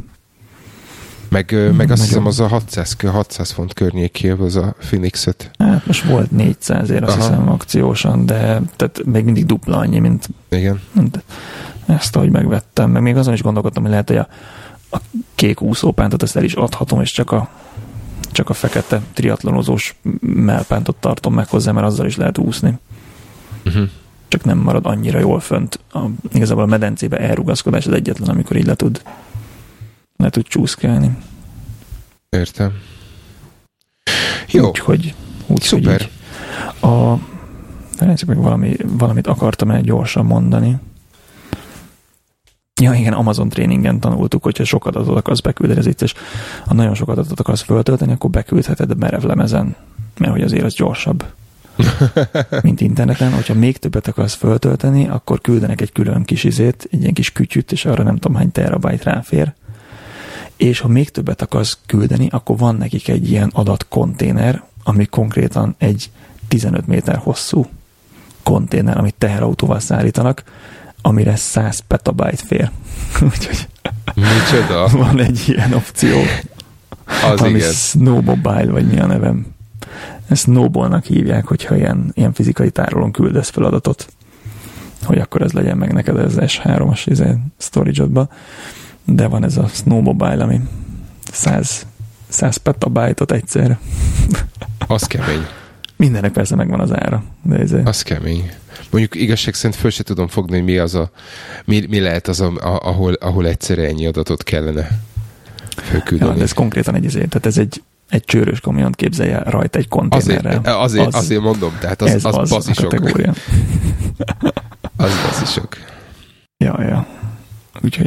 Meg azt hiszem, az a 600 font környékév, az a Phoenix 5. Hát most volt 400-ért, azt hiszem akciósan, de tehát még mindig dupla annyi, mint igen. Ezt, ahogy megvettem. Meg még azon is gondolkodtam, hogy lehet, hogy a kék úszópántot ezt el is adhatom, és csak a fekete triatlonozós mellpántot tartom meg hozzá, mert azzal is lehet úszni. Uh-huh. Csak nem marad annyira jól fönt. Igazából a medencébe elrugaszkodás az egyetlen, amikor így le tud csúszkálni. Értem. Jó. Úgyhogy szuper. Meg valamit akartam el gyorsan mondani. Ja, igen, Amazon tréningen tanultuk, hogyha sok adatot akarsz beküldeni, ez vicces. Ha nagyon sok adatot akarsz föltölteni, akkor beküldheted merevlemezen, mert hogy azért az gyorsabb, mint interneten. Hogyha még többet akarsz föltölteni, akkor küldenek egy külön kis egy ilyen kis kütyüt, és arra nem tudom hány terabyte ráfér. És ha még többet akarsz küldeni, akkor van nekik egy ilyen adatkonténer, ami konkrétan egy 15 méter hosszú konténer, amit teherautóval szállítanak, amire 100 petabyte fér. Úgyhogy micsoda? Van egy ilyen opció. Az ami igen. Snowmobile, vagy mi a nevem. Ezt Snowballnak hívják, hogyha ilyen fizikai tárolón küldesz fel adatot, hogy akkor ez legyen meg neked az S3-as storage-odba. De van ez a Snowmobile, ami 100 petabyte-ot egyszerre. Az kemény. Mindenek persze megvan az ára. De az kemény. Mondjuk igazság szerint föl se tudom fogni, hogy mi lehet az, ahol egyszerre ennyi adatot kellene fölküldeni. Ja, ez konkrétan tehát ez egy csőrös kamiont képzelje rajta egy konténerrel. Azért mondom, tehát az bazisok. Az bazisok. Ja. Úgyhogy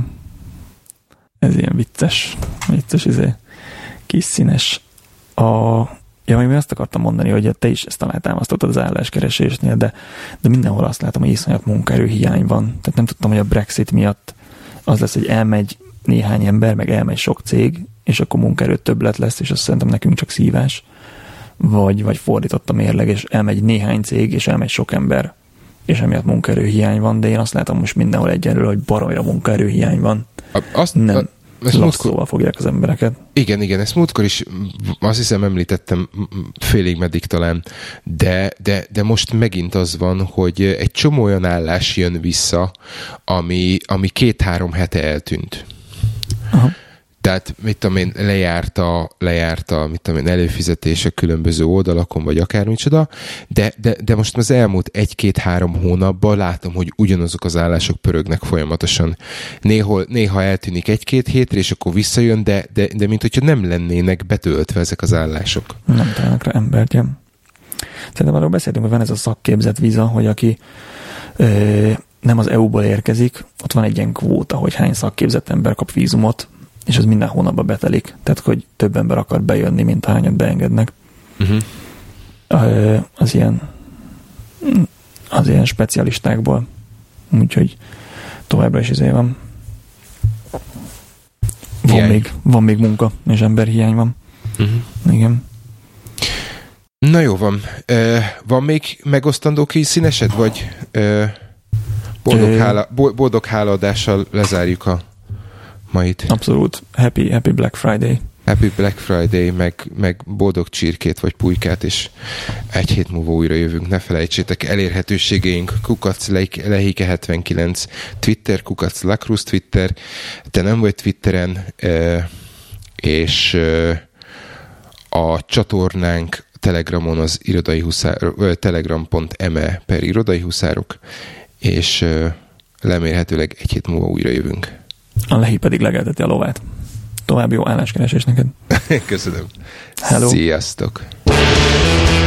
ez ilyen vicces kis színes. Még azt akartam mondani, hogy te is ezt alátámasztottad az álláskeresésnél, de mindenhol azt látom, hogy iszonyat munkaerőhiány van. Tehát nem tudtam, hogy a Brexit miatt az lesz, hogy elmegy néhány ember, meg elmegy sok cég, és akkor munkaerő többlet lesz, és azt szerintem nekünk csak szívás. Vagy fordított a mérleg, és elmegy néhány cég, és elmegy sok ember, és emiatt munkaerőhiány van, de én azt látom most mindenhol egyenlően, hogy baromira munkaerőhiány van. Lasszóval fogják az embereket. Igen, ezt múltkor is azt hiszem említettem félig meddig talán, de most megint az van, hogy egy csomó olyan állás jön vissza, ami 2-3 hete eltűnt. Aha. Tehát, mit tudom én, lejárta mit tudom én, előfizetések különböző oldalakon, vagy akármicsoda, de most az elmúlt 1-2-3 hónapban látom, hogy ugyanazok az állások pörögnek folyamatosan. Néha eltűnik 1-2 hétre, és akkor visszajön, de mint hogyha nem lennének betöltve ezek az állások. Nem találnak rá embert, ja. Szerintem arról beszéltünk, hogy van ez a szakképzett víza, hogy aki nem az EU-ból érkezik, ott van egy ilyen kvóta, hogy hány szakképzett ember kap vízumot, és az minden hónapban betelik. Tehát, hogy több ember akar bejönni, mint hányat beengednek. Uh-huh. Az ilyen specialistákból. Úgyhogy továbbra is izé van. Van még munka, és emberhiány van. Uh-huh. Igen. Na jó van. Van még megosztandó kis színesed, vagy boldog hálaadással lezárjuk a mait? Abszolút. Happy Black Friday. Happy Black Friday, meg boldog csirkét vagy pulykát, és egy hét múlva újra jövünk. Ne felejtsétek, elérhetőségeink @lehike79 Twitter, @lacruz Twitter. Te nem vagy Twitteren, és a csatornánk Telegramon az irodai huszárok, telegram.me/irodai huszárok, és remélhetőleg egy hét múlva újra jövünk. A Lehi pedig legelteti a lovát. További jó álláskeresés neked. Köszönöm. Hello. Sziasztok.